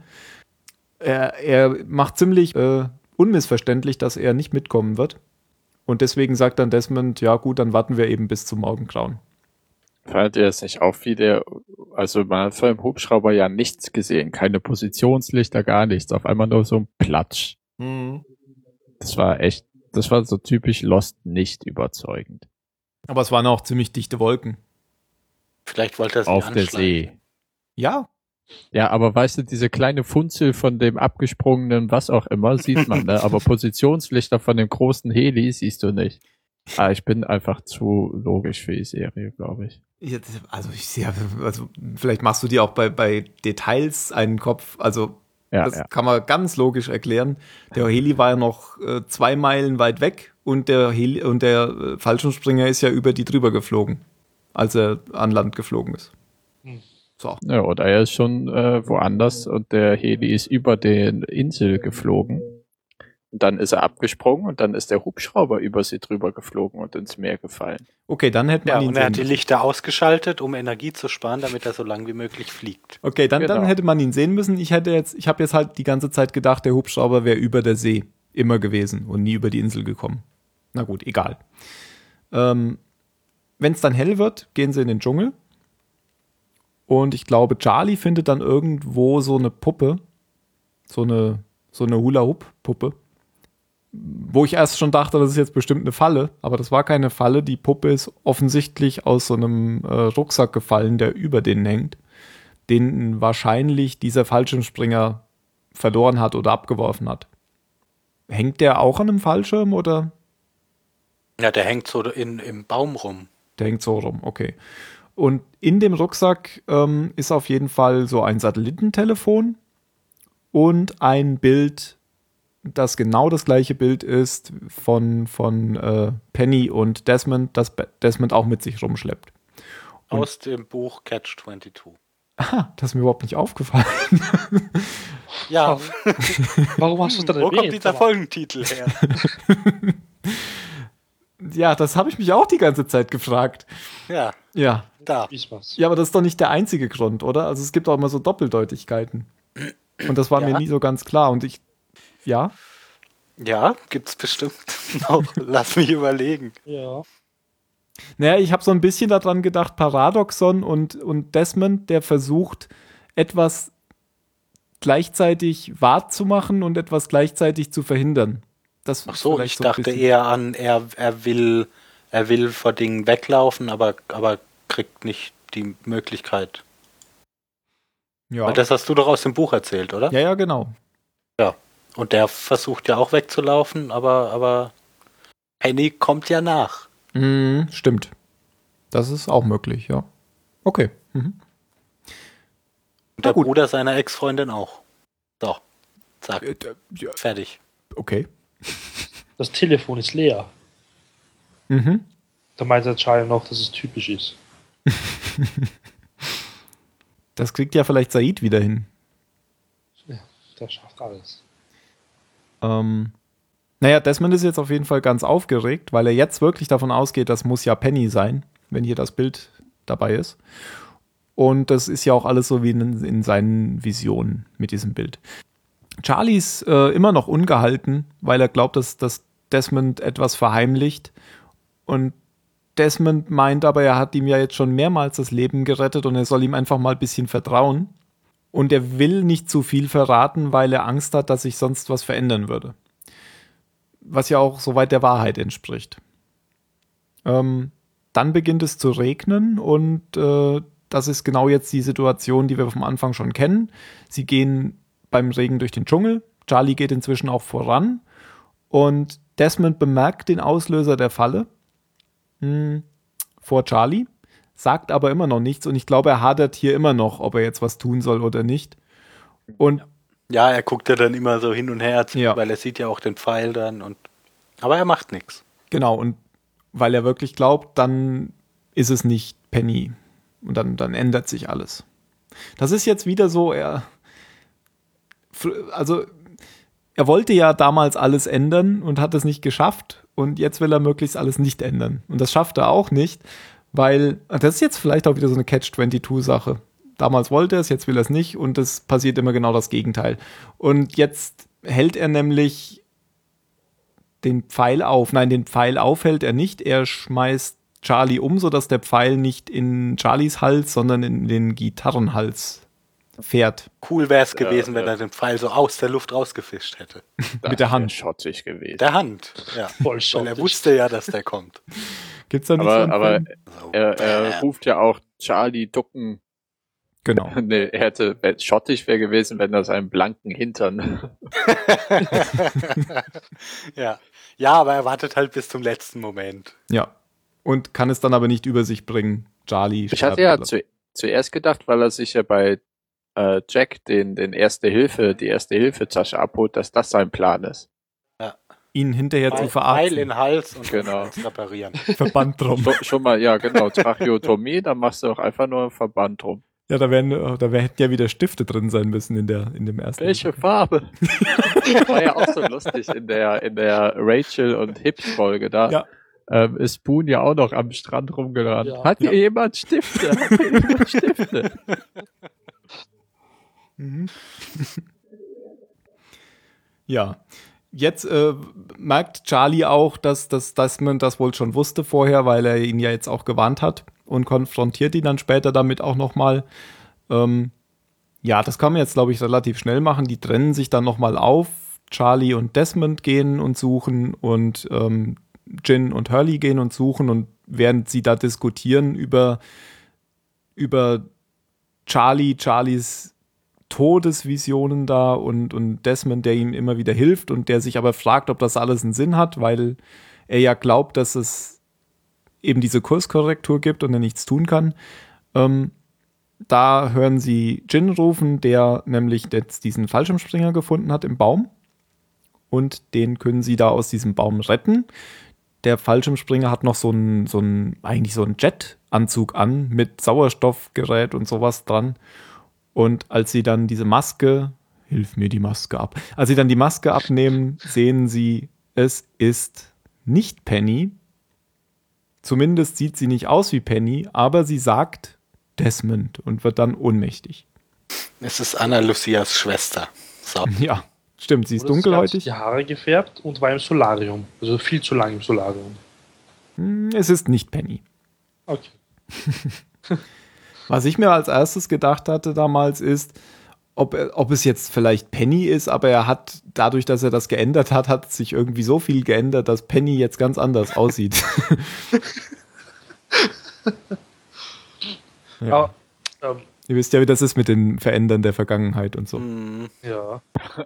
Er, er macht ziemlich äh, unmissverständlich, dass er nicht mitkommen wird. Und deswegen sagt dann Desmond, ja gut, dann warten wir eben bis zum Morgengrauen. Fällt dir das nicht auf, wie der, also man hat vor dem Hubschrauber ja nichts gesehen, keine Positionslichter, gar nichts, auf einmal nur so ein Platsch. Mhm. Das war echt, das war so typisch Lost nicht überzeugend. Aber es waren auch ziemlich dichte Wolken. Vielleicht wollte er es Auf nicht der anschlagen. See. Ja. Ja, aber weißt du, diese kleine Funzel von dem abgesprungenen was auch immer, sieht man, ne? Aber Positionslichter von dem großen Heli siehst du nicht. Ah, ich bin einfach zu logisch für die Serie, glaube ich. Also ich sehe, also vielleicht machst du dir auch bei, bei Details einen Kopf, also Ja, das ja. kann man ganz logisch erklären. Der Heli war ja noch äh, zwei Meilen weit weg und der Heli und der äh, Fallschirmspringer ist ja über die drüber geflogen, als er an Land geflogen ist. So. Ja, oder er ist schon äh, woanders und der Heli ist über den Insel geflogen. Und dann ist er abgesprungen und dann ist der Hubschrauber über sie drüber geflogen und ins Meer gefallen. Okay, dann hätte Ja, man ihn und er sehen hat die müssen. Lichter ausgeschaltet, um Energie zu sparen, damit er so lang wie möglich fliegt. Okay, dann, dann Genau. hätte man ihn sehen müssen. Ich hätte jetzt, ich habe jetzt halt die ganze Zeit gedacht, der Hubschrauber wäre über der See immer gewesen und nie über die Insel gekommen. Na gut, egal. Ähm, wenn es dann hell wird, gehen sie in den Dschungel. Und ich glaube, Charlie findet dann irgendwo so eine Puppe, so eine, so eine Hula-Hoop-Puppe, wo ich erst schon dachte, das ist jetzt bestimmt eine Falle, aber das war keine Falle. Die Puppe ist offensichtlich aus so einem äh, Rucksack gefallen, der über denen hängt, den wahrscheinlich dieser Fallschirmspringer verloren hat oder abgeworfen hat. Hängt der auch an einem Fallschirm oder? Ja, der hängt so in, im Baum rum. Der hängt so rum, okay. Und in dem Rucksack ähm, ist auf jeden Fall so ein Satellitentelefon und ein Bild, das genau das gleiche Bild ist von, von äh, Penny und Desmond, das Desmond auch mit sich rumschleppt. Und aus dem Buch Catch zweiundzwanzig. Aha, das ist mir überhaupt nicht aufgefallen. Ja. Warum hast du das Wo erwähnt? kommt dieser Folgentitel her? Ja, das habe ich mich auch die ganze Zeit gefragt. Ja, Ja. da. Ist was. Ja, aber das ist doch nicht der einzige Grund, oder? Also es gibt auch immer so Doppeldeutigkeiten. Und das war Ja. mir nie so ganz klar. Und ich, ja, Ja, gibt's bestimmt noch. Lass mich überlegen. Ja. naja, ich habe so ein bisschen daran gedacht, Paradoxon und, und Desmond, der versucht, etwas gleichzeitig wahrzumachen und etwas gleichzeitig zu verhindern. Das Ach ist so, vielleicht ich so ein dachte bisschen- eher an, er, er will, er will vor Dingen weglaufen, aber, aber kriegt nicht die Möglichkeit. Ja. Weil das hast du doch aus dem Buch erzählt, oder? ja, ja, genau. Und der versucht ja auch wegzulaufen, aber, aber Penny kommt ja nach. Mhm, stimmt. Das ist auch möglich, ja. Okay. Mhm. Und der gut. Bruder seiner Ex-Freundin auch. So, zack, Äh, d- ja, fertig. okay. Das Telefon ist leer. Mhm. Da meint der Charlie noch, dass es typisch ist. Das kriegt ja vielleicht Said wieder hin. Ja, der schafft alles. Ähm, naja, Desmond ist jetzt auf jeden Fall ganz aufgeregt, weil er jetzt wirklich davon ausgeht, das muss ja Penny sein, wenn hier das Bild dabei ist. Und das ist ja auch alles so wie in, in seinen Visionen mit diesem Bild. Charlie ist äh, immer noch ungehalten, weil er glaubt, dass, dass Desmond etwas verheimlicht. Und Desmond meint aber, er hat ihm ja jetzt schon mehrmals das Leben gerettet und er soll ihm einfach mal ein bisschen vertrauen. Und er will nicht zu viel verraten, weil er Angst hat, dass sich sonst was verändern würde. Was ja auch soweit der Wahrheit entspricht. Ähm, dann beginnt es zu regnen und äh, das ist genau jetzt die Situation, die wir vom Anfang schon kennen. Sie gehen beim Regen durch den Dschungel. Charlie geht inzwischen auch voran und Desmond bemerkt den Auslöser der Falle mh, vor Charlie, sagt aber immer noch nichts und ich glaube, er hadert hier immer noch, ob er jetzt was tun soll oder nicht. Und Ja, er guckt ja dann immer so hin und her, Ja. weil er sieht ja auch den Pfeil dann. Und aber er macht nichts. genau, und weil er wirklich glaubt, dann ist es nicht Penny. Und dann, dann ändert sich alles. Das ist jetzt wieder so, er, also, er wollte ja damals alles ändern und hat es nicht geschafft. Und jetzt will er möglichst alles nicht ändern. Und das schafft er auch nicht, weil, das ist jetzt vielleicht auch wieder so eine Catch zweiundzwanzig Sache. Damals wollte er es, jetzt will er es nicht und es passiert immer genau das Gegenteil. Und jetzt hält er nämlich den Pfeil auf. Nein, den Pfeil aufhält er nicht. Er schmeißt Charlie um, sodass der Pfeil nicht in Charlies Hals, sondern in den Gitarrenhals fährt. Cool wäre es gewesen, ja. wenn er den Pfeil so aus der Luft rausgefischt hätte. Mit der Das Hand. wär schottig gewesen. Der Hand, ja. Voll Weil er schottig. wusste ja, dass der kommt. Gibt's da nicht Aber- so einen aber- Film? So. Er, er ruft ja auch Charlie ducken. Genau. Nee, er hätte, wär- schottig wäre gewesen, wenn er seinen blanken Hintern. ja. ja, aber er wartet halt bis zum letzten Moment. Ja. Und kann es dann aber nicht über sich bringen. Charlie. Ich hatte ja zu, zuerst gedacht, weil er sich ja bei äh, Jack den, den Erste Hilfe, die Erste Hilfe Tasche abholt, dass das sein Plan ist. ihn hinterher zu Pfeil verarzten. in den Hals und Genau. das reparieren. Verband drum. Schon, schon mal, ja genau, Tracheotomie, dann machst du auch einfach nur einen Verband drum. Ja, da wären, äh, da wär, hätten ja wieder Stifte drin sein müssen in der, in dem ersten. Welche Farbe? War ja auch so lustig in der, in der Rachel und Hips Folge da. Ja. Ähm, ist Boone ja auch noch am Strand rumgerannt. Ja. Hat hier Ja. jemand Stifte? Hat hier jemand Stifte? Mhm. Ja. jetzt äh, merkt Charlie auch, dass, dass Desmond das wohl schon wusste vorher, weil er ihn ja jetzt auch gewarnt hat und konfrontiert ihn dann später damit auch nochmal. Ähm, ja, das kann man jetzt, glaube ich, relativ schnell machen. Die trennen sich dann nochmal auf. Charlie und Desmond gehen und suchen und ähm, Jin und Hurley gehen und suchen, und während sie da diskutieren über, über Charlie, Charlies Todesvisionen da und, und Desmond, der ihm immer wieder hilft und der sich aber fragt, ob das alles einen Sinn hat, weil er ja glaubt, dass es eben diese Kurskorrektur gibt und er nichts tun kann. Ähm, da hören sie Jin rufen, der nämlich jetzt diesen Fallschirmspringer gefunden hat im Baum, und den können sie da aus diesem Baum retten. Der Fallschirmspringer hat noch so einen, so einen, eigentlich so einen Jet-Anzug an mit Sauerstoffgerät und sowas dran. Und als sie dann diese Maske, hilf mir die Maske ab, als sie dann die Maske abnehmen, sehen sie, es ist nicht Penny. Zumindest sieht sie nicht aus wie Penny, aber sie sagt Desmond und wird dann ohnmächtig. Es ist Anna Lucias Schwester. So. Ja, stimmt, sie ist Oder dunkelhäutig. sie hat die Haare gefärbt und war im Solarium. Also viel zu lang im Solarium. Hm, Es ist nicht Penny. Okay. Was ich mir als erstes gedacht hatte damals ist, ob, er- ob es jetzt vielleicht Penny ist, aber er hat, dadurch, dass er das geändert hat, hat sich irgendwie so viel geändert, dass Penny jetzt ganz anders aussieht. ja. Aber, ähm, Ihr wisst ja, wie das ist mit den Verändern der Vergangenheit und so. Hm, ja.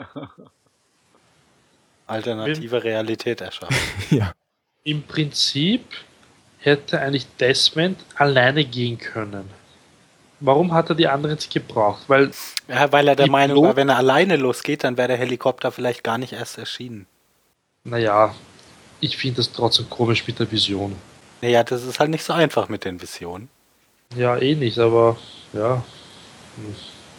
alternative Realität erschaffen. Ja. Im Prinzip hätte eigentlich Desmond alleine gehen können. Warum hat er die anderen nicht gebraucht? Weil, Ja, weil er der Die Meinung Pilot- war, wenn er alleine losgeht, dann wäre der Helikopter vielleicht gar nicht erst erschienen. naja, ich finde das trotzdem komisch mit der Vision. Naja, das ist halt nicht so einfach mit den Visionen. Ja, eh nicht, aber ja. Hm.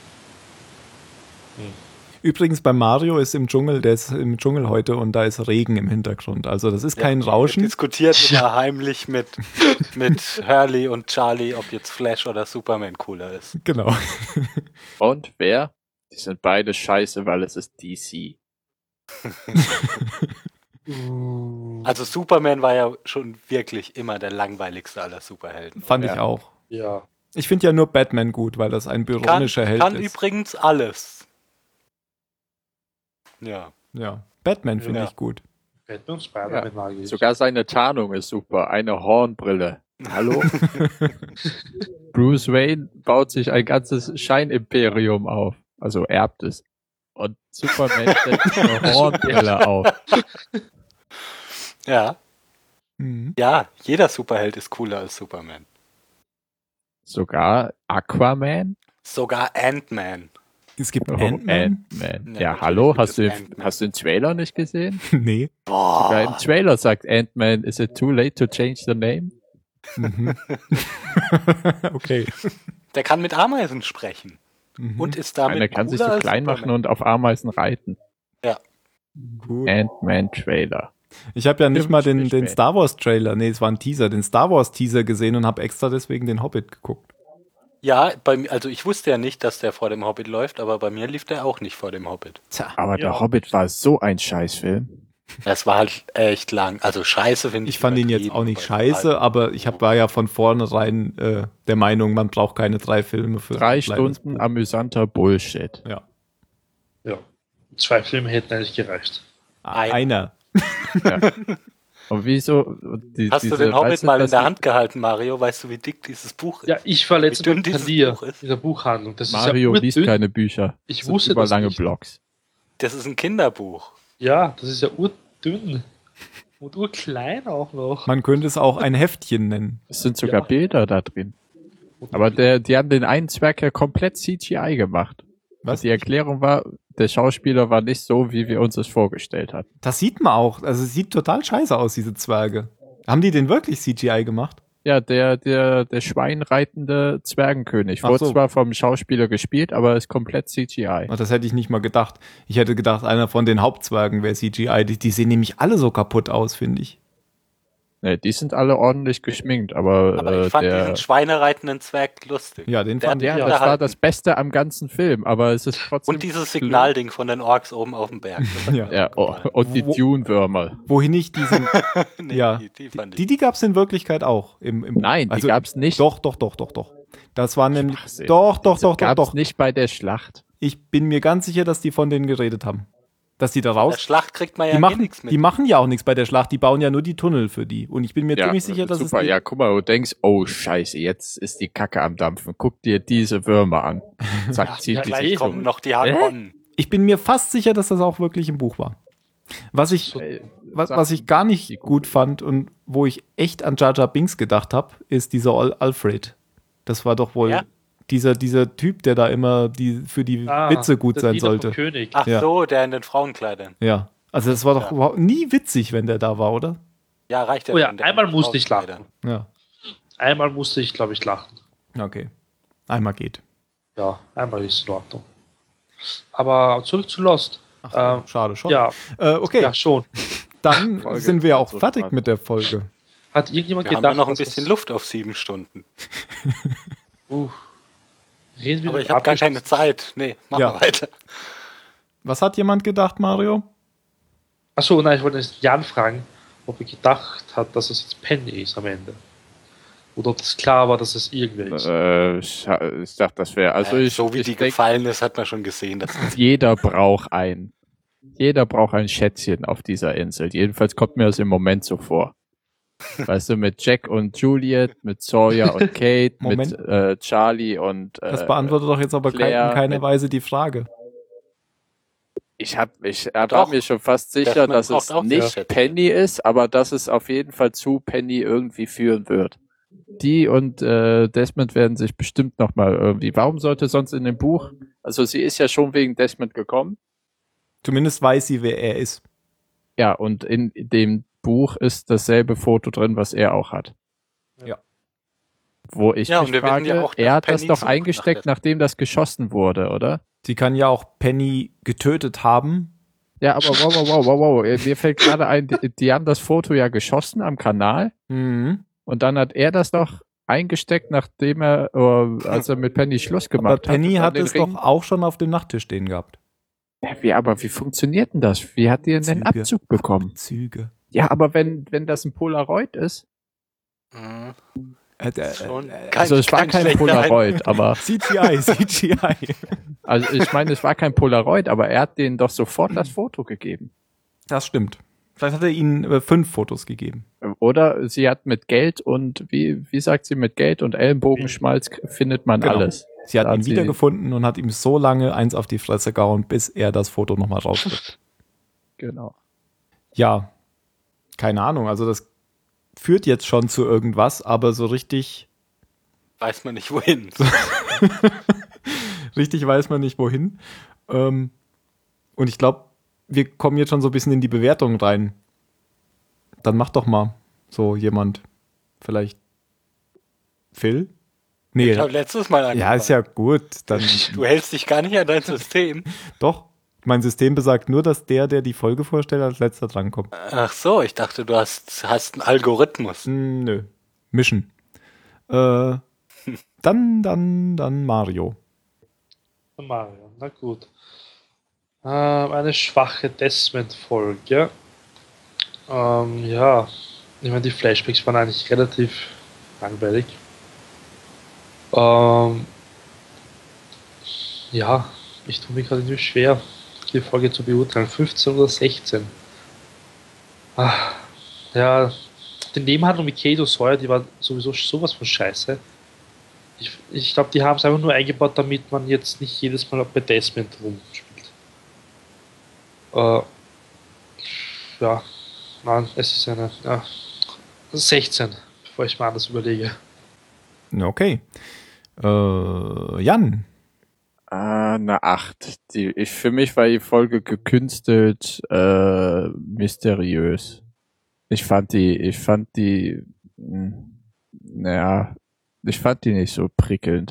Übrigens bei Mario ist im Dschungel, der ist im Dschungel heute und da ist Regen im Hintergrund. Also das ist kein Er Rauschen. diskutiert immer heimlich mit, mit Hurley und Charlie, ob jetzt Flash oder Superman cooler ist. Genau. Und wer? Die sind beide scheiße, weil es ist D C. Also Superman war ja schon wirklich immer der langweiligste aller Superhelden. Fand Ja. ich auch. Ja. Ich finde ja nur Batman gut, weil das ein Kann, byronischer Held kann ist. übrigens alles. Ja. Ja. Batman finde Ja. ich gut. Batman und Spider-Man mag ich. Sogar seine Tarnung ist super. Eine Hornbrille. Hallo? Bruce Wayne baut sich ein ganzes Scheinimperium auf. Also erbt es. Und Superman setzt eine Hornbrille auf. Ja. Mhm. Ja, jeder Superheld ist cooler als Superman. Sogar Aquaman? Sogar Ant-Man. Es gibt Oh, Ant-Man? Ant-Man. Ja, Ja, natürlich hallo? gibt Hast es du, Ant-Man. hast du den Trailer nicht gesehen? Nee. Sogar im Boah. Trailer sagt Ant-Man, is it too late to change the name? Mhm. okay. Der kann mit Ameisen sprechen. Mhm. Und ist damit Einer kann sich cooler so als klein Superman. machen und auf Ameisen reiten. Cool. Ant-Man Trailer. Ich habe ja nicht Stimmt, mal den, stimmt, den stimmt. Star Wars Trailer, nee, es war ein Teaser, den Star Wars Teaser gesehen und habe extra deswegen den Hobbit geguckt. Ja, bei mir, also ich wusste ja nicht, dass der vor dem Hobbit läuft, aber bei mir lief der auch nicht vor dem Hobbit. Tja. Aber Ja. der Hobbit war so ein Scheißfilm. Das war halt echt lang. Also scheiße finde ich. Ich fand ihn jetzt auch nicht scheiße, aber ich hab, war ja von vornherein äh, der Meinung, man braucht keine drei Filme für Drei ein kleines Stunden Buch. amüsanter Bullshit. Ja. Ja. Zwei Filme hätten eigentlich gereicht. Ein- Einer. Ja. Und wieso? Die, Hast diese, du den Hobbit weißt du, mal in dass der die- Hand gehalten, Mario? Weißt du, wie dick dieses Buch ist? Ja, ich war letztes Wie dünn Mal dieses Thalia Buch ist? in der Buchhandlung. Das Mario ist ja liest urdünn. keine Bücher. Ich Das sind wusste das überlange nicht. Blogs. Das ist ein Kinderbuch. Ja, das ist ja urdünn. Und urklein auch noch. Man könnte es auch ein Heftchen nennen. Es sind sogar Ja. Bilder da drin. Aber der, die haben den einen Zwerg ja komplett C G I gemacht. Was? Die Erklärung war, der Schauspieler war nicht so, wie wir uns das vorgestellt hatten. Das sieht man auch. Also es sieht total scheiße aus, diese Zwerge. Haben die den wirklich C G I gemacht? Ja, der, der, der schweinreitende Zwergenkönig. Ach Wurde so. zwar vom Schauspieler gespielt, aber ist komplett C G I. Ach, das hätte ich nicht mal gedacht. Ich hätte gedacht, einer von den Hauptzwergen wäre C G I. Die, die sehen nämlich alle so kaputt aus, finde ich. Ne, die sind alle ordentlich geschminkt, aber, Aber äh, ich fand der, diesen schweinereitenden Zwerg lustig. Ja, den Der fand hat ich. ja, mich das war unterhalten. das Beste am ganzen Film, aber es ist trotzdem. Und dieses Signalding von den Orks oben auf dem Berg. Das hat Ja. mir Ja, auch oh, gefallen. und die Wo- Dune-Würmer. Wohin ich diesen. Nee, ja. die, die fand ich. Die, die gab es in Wirklichkeit auch. Im, im Nein, die also, gab's nicht. Doch, doch, doch, doch, doch. Das war nämlich. Schwachsinn. Doch, doch, Das doch, doch, gab's doch. nicht bei der Schlacht. Ich bin mir ganz sicher, dass die von denen geredet haben. Dass die da Bei der raus. Schlacht kriegt man ja Die eh machen, nichts mit. die machen ja auch nichts bei der Schlacht, die bauen ja nur die Tunnel für die. Und ich bin mir Ja, ziemlich sicher, dass super. es die, Ja, guck mal, du denkst, oh Scheiße, jetzt ist die Kacke am Dampfen. Guck dir diese Würmer an. Zack, ja, zieht die gleich sich kommen um. noch die Harkonnen. ich bin mir fast sicher, dass das auch wirklich im Buch war. Was ich, So, Äh, was, sag- was ich gar nicht die gut fand und wo ich echt an Jar Jar Binks gedacht habe, ist dieser Al Alfred. Das war doch wohl Ja. dieser, dieser Typ, der da immer die, für die ah, Witze gut der sein Diener vom sollte. König. Ach Ja. so, der in den Frauenkleidern. Ja. Also das war doch Ja. überhaupt nie witzig, wenn der da war, oder? Ja, reicht ja. Oh ja, wenn der einmal in den musste ich Frauenkleidern. Ja. Einmal musste ich, glaube ich, lachen. Okay. Einmal geht. Ja, einmal ist in Ordnung. Aber zurück zu Lost. Ach so, Ähm, schade schon. Ja, Äh, okay, ja, schon. dann Folge sind wir auch so fertig spannend. mit der Folge. Hat irgendjemand Wir haben ja gedacht, noch ein dass bisschen das- Luft auf sieben Stunden. Uh, reden wir Aber über ich habe gar keine abgeschlossen- Zeit. Nee, mach Ja. mal weiter. Was hat jemand gedacht, Mario? Achso, nein, ich wollte jetzt Jan fragen, ob er gedacht hat, dass es jetzt Penny ist am Ende. Oder ob es klar war, dass es irgendwer ist. Äh, ich, ich dachte, das wäre. Also Äh, ich, so wie ich die denk, gefallen ist, hat man schon gesehen. Dass jeder braucht ein. Jeder braucht ein Schätzchen auf dieser Insel. Jedenfalls kommt mir das im Moment so vor. Weißt du, mit Jack und Juliet, mit Sawyer und Kate, Moment. mit äh, Charlie und äh, Das beantwortet doch jetzt aber kein, Claire in keiner mit- Weise die Frage. Ich hab, ich war Doch. mir schon fast sicher, Desmond dass braucht es auch nicht Schätzchen. Penny ist, aber dass es auf jeden Fall zu Penny irgendwie führen wird. Die und äh, Desmond werden sich bestimmt nochmal irgendwie. Warum sollte sonst in dem Buch? Also sie ist ja schon wegen Desmond gekommen. Zumindest weiß sie, wer er ist. Ja, und in dem Buch ist dasselbe Foto drin, was er auch hat. Ja. Wo ich Ja, mich und wir wissen frage, ja auch, dass er hat das Penny doch sucht eingesteckt, nach nachdem das geschossen wurde, oder? Sie kann ja auch Penny getötet haben. Ja, aber wow, wow, wow, wow, wow. Mir fällt gerade ein, die, die haben das Foto ja geschossen am Kanal. Mhm. Und dann hat er das doch eingesteckt, nachdem er, äh, als er mit Penny Schluss Aber gemacht Penny hat. hat und es den doch Ring- auch schon auf dem Nachttisch stehen gehabt. Ja, wie, aber wie funktioniert denn das? Wie hat die denn den Züge. Abzug bekommen? Züge. Ja, aber wenn, wenn das ein Polaroid ist. Mhm. Äh, äh, Schon äh, kein- Also es war kein kein schlechter Polaroid, aber, C G I, C G I. also ich meine, es war kein Polaroid, aber er hat denen doch sofort das Foto gegeben. Das stimmt. Vielleicht hat er ihnen äh, fünf Fotos gegeben. Oder sie hat mit Geld und, wie, wie sagt sie, mit Geld und Ellenbogenschmalz findet man Genau. alles. Sie hat Da ihn hat sie- wiedergefunden und hat ihm so lange eins auf die Fresse gehauen, bis er das Foto nochmal rausrückt. Genau. Ja, keine Ahnung. Also das führt jetzt schon zu irgendwas, aber so richtig, Weiß man nicht wohin. richtig weiß man nicht wohin. Ähm, und ich glaube, wir kommen jetzt schon so ein bisschen in die Bewertung rein. Dann mach doch mal so jemand. Vielleicht Phil? Nee, Ich habe letztes Mal angefangen. ja, ist ja gut. Dann Du hältst dich gar nicht an dein System. doch. Mein System besagt nur, dass der, der die Folge vorstellt, als letzter drankommt. Ach so, ich dachte, du hast, hast einen Algorithmus. Hm, nö. Mischen. Äh, dann, dann, dann Mario. Mario, na gut. Ähm, eine schwache Desmond-Folge. Ähm, ja, ich meine, die Flashbacks waren eigentlich relativ langweilig. Ähm, ja, ich tue mir gerade irgendwie schwer, die Folge zu beurteilen. fünfzehn oder sechzehn. Ah, ja, die Nebenhandlung mit Kato Sawyer, die war sowieso sowas von scheiße. Ich, ich glaube, die haben es einfach nur eingebaut, damit man jetzt nicht jedes Mal bei Desmond rumspielt. Äh, ja, nein, es ist eine ja, sechzehn, bevor ich mal anders überlege. Okay. Äh, Jan. Ah, eine acht. Die, ich, für mich war die Folge gekünstelt, äh, mysteriös. Ich fand die, ich fand die, mh, naja, ich fand die nicht so prickelnd.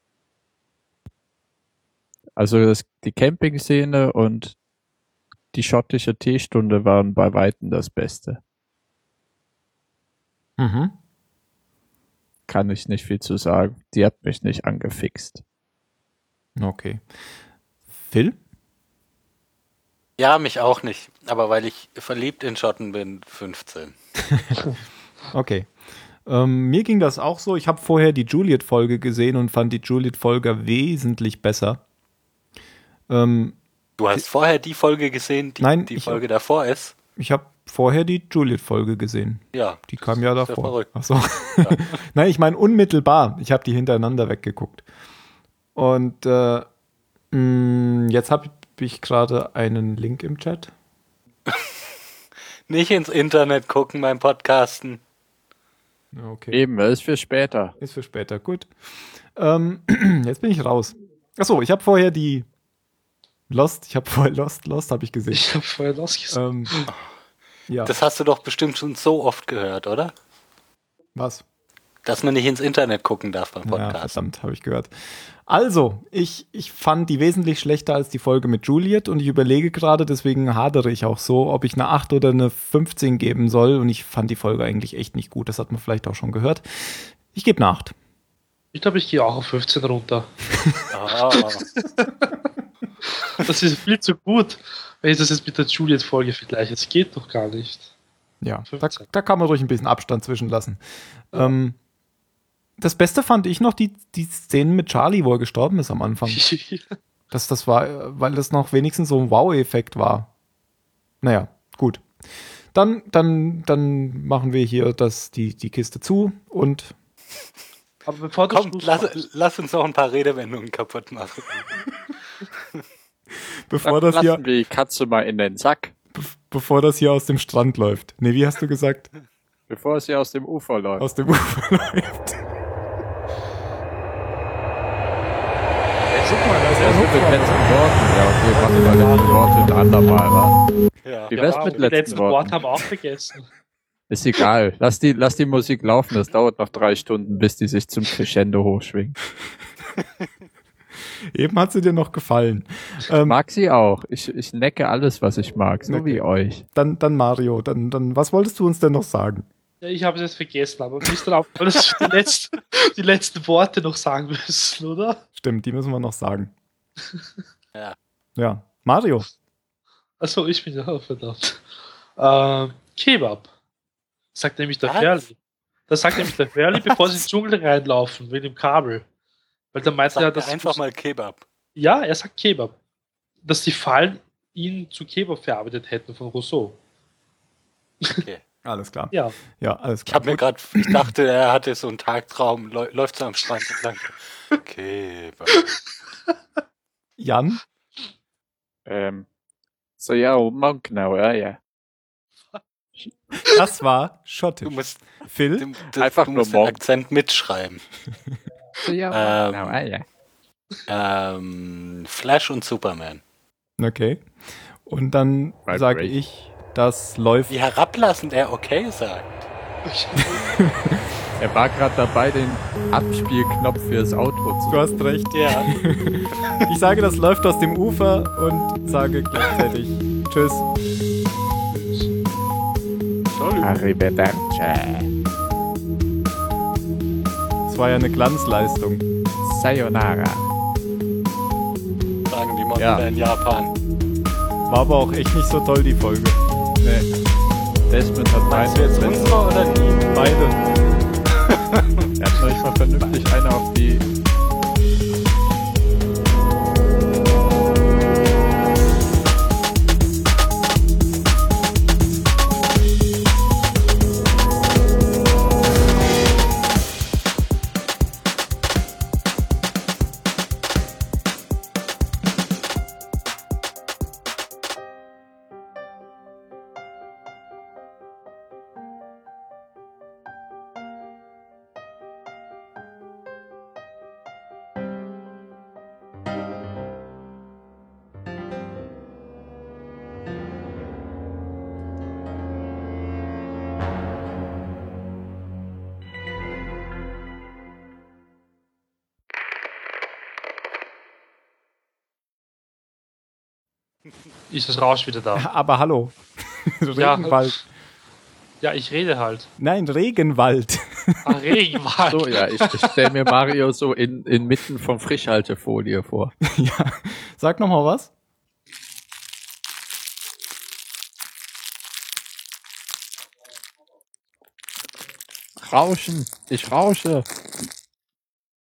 Also das, die Camping-Szene und die schottische Teestunde waren bei Weitem das Beste. Mhm. Kann ich nicht viel zu sagen. Die hat mich nicht angefixt. Okay. Phil? Ja, mich auch nicht. Aber weil ich verliebt in Schotten bin, fünfzehn. Okay. Ähm, mir ging das auch so. Ich habe vorher die Juliet-Folge gesehen und fand die Juliet-Folge wesentlich besser. Ähm, Du hast vorher die Folge gesehen, die Nein, die ich- Folge davor ist? ich habe vorher die Juliet-Folge gesehen. Ja. Die kam ja Das ist ja davor. verrückt. Ach so. Nein, ich meine unmittelbar. Ich habe die hintereinander weggeguckt. Und äh, mh, jetzt habe ich gerade einen Link im Chat. Nicht ins Internet gucken beim Podcasten. Ja, okay. Eben, das ist für später. Ist für später, gut. Ähm, jetzt bin ich raus. Achso, ich habe vorher die Lost, ich habe vorher Lost, Lost habe ich gesehen. Ich habe vorher losgesehen. Ähm, ja, Das hast du doch bestimmt schon so oft gehört, oder? was? Dass man nicht ins Internet gucken darf beim Ja, Podcast. verdammt, habe ich gehört. Also, ich, ich fand die wesentlich schlechter als die Folge mit Juliet und ich überlege gerade, deswegen hadere ich auch so, ob ich eine acht oder eine fünfzehn geben soll und ich fand die Folge eigentlich echt nicht gut. Das hat man vielleicht auch schon gehört. Ich gebe eine acht. Ich glaube, ich gehe auch auf fünfzehn runter. Ah, Das ist viel zu gut, wenn ich das jetzt mit der Juliet-Folge vergleiche. Das geht doch gar nicht. Ja, da, fünfzehn. da kann man ruhig ein bisschen Abstand zwischenlassen. Ähm, das Beste fand ich noch die, die Szenen mit Charlie, wo er gestorben ist am Anfang. Das, das war, äh, weil das noch wenigstens so ein Wow-Effekt war. Naja, gut. Dann, dann, dann machen wir hier das, die, die Kiste zu und Aber bevor du komm, Schluss lass, machst, lass uns noch ein paar Redewendungen kaputt machen. bevor Dann das hier, lassen wir die Katze mal in den Sack, be bevor das hier aus dem Strand läuft. Nee, wie hast du gesagt? bevor es hier aus dem Ufer läuft. Aus dem Ufer läuft. Guck mal, da ist Das sind mit letzten Worten. Ja, okay, machen wir letzte Worte ein andermal, wa? Ja. Wie ja, wär's aber mit die letzten letzten Worten? Worte haben wir auch vergessen. Ist egal. Lass die, lass die Musik laufen. Das dauert noch drei Stunden, bis die sich zum Crescendo hochschwingt. Eben hat sie dir noch gefallen. Ähm, Mag sie auch. Ich, ich necke alles, was ich mag. So Necke. wie euch. dann, dann Mario, dann, dann, was wolltest du uns denn noch sagen? Ja, ich habe es jetzt vergessen, aber mir ist dann aufgefallen, dass wir die letzten, die letzten Worte noch sagen müssen, oder? Stimmt, die müssen wir noch sagen. Ja. Ja, Mario. Achso, ich bin ja auch verdammt. Ähm, Kebab. Sagt nämlich der Was? Ferli. Das sagt nämlich der Ferli, bevor sie in den Dschungel reinlaufen, wegen dem Kabel. Weil der meinte Sag ja, mir dass einfach mal Kebab. Ja, er sagt Kebab. Dass die Fallen ihn zu Kebab verarbeitet hätten von Rousseau. Okay. Alles klar. Ja. Ja, alles Ich klar. habe mir gerade, ich dachte, er hatte so einen Tagtraum, läu- läuft so am Strand und sagt, Kebab. Jan? Ähm, so, ja, Monk now, ja, ja. Das war Du schottisch. musst, Phil? du, du, Einfach du nur musst den Monk. Akzent mitschreiben. So, ja, Ähm, Monk now, ja, ja. Ähm, Flash und Superman. Okay. Und dann Vibrate. sage ich, das läuft. Wie herablassend er okay sagt. Er war gerade dabei, den Abspielknopf fürs Outro zu Du hast recht. Ja. Ich sage, das läuft aus dem Ufer und sage gleichzeitig Tschüss. Arrivederci. Das war ja eine Glanzleistung. Sayonara. Sagen die Monster Ja. in Japan. War aber auch echt nicht so toll, die Folge. Nee. Desmond hat Meinst du jetzt meine unsere oder die? Beide. Er hat noch nicht mal vernünftig eine auf die. Ist das Rausch wieder da? Aber hallo. Ja. Regenwald. Ja, ich rede halt. Nein, Regenwald. Ah, Regenwald. So, ja, ich, ich stelle mir Mario so in, inmitten von Frischhaltefolie vor. Ja, sag noch mal was. Rauschen, ich rausche.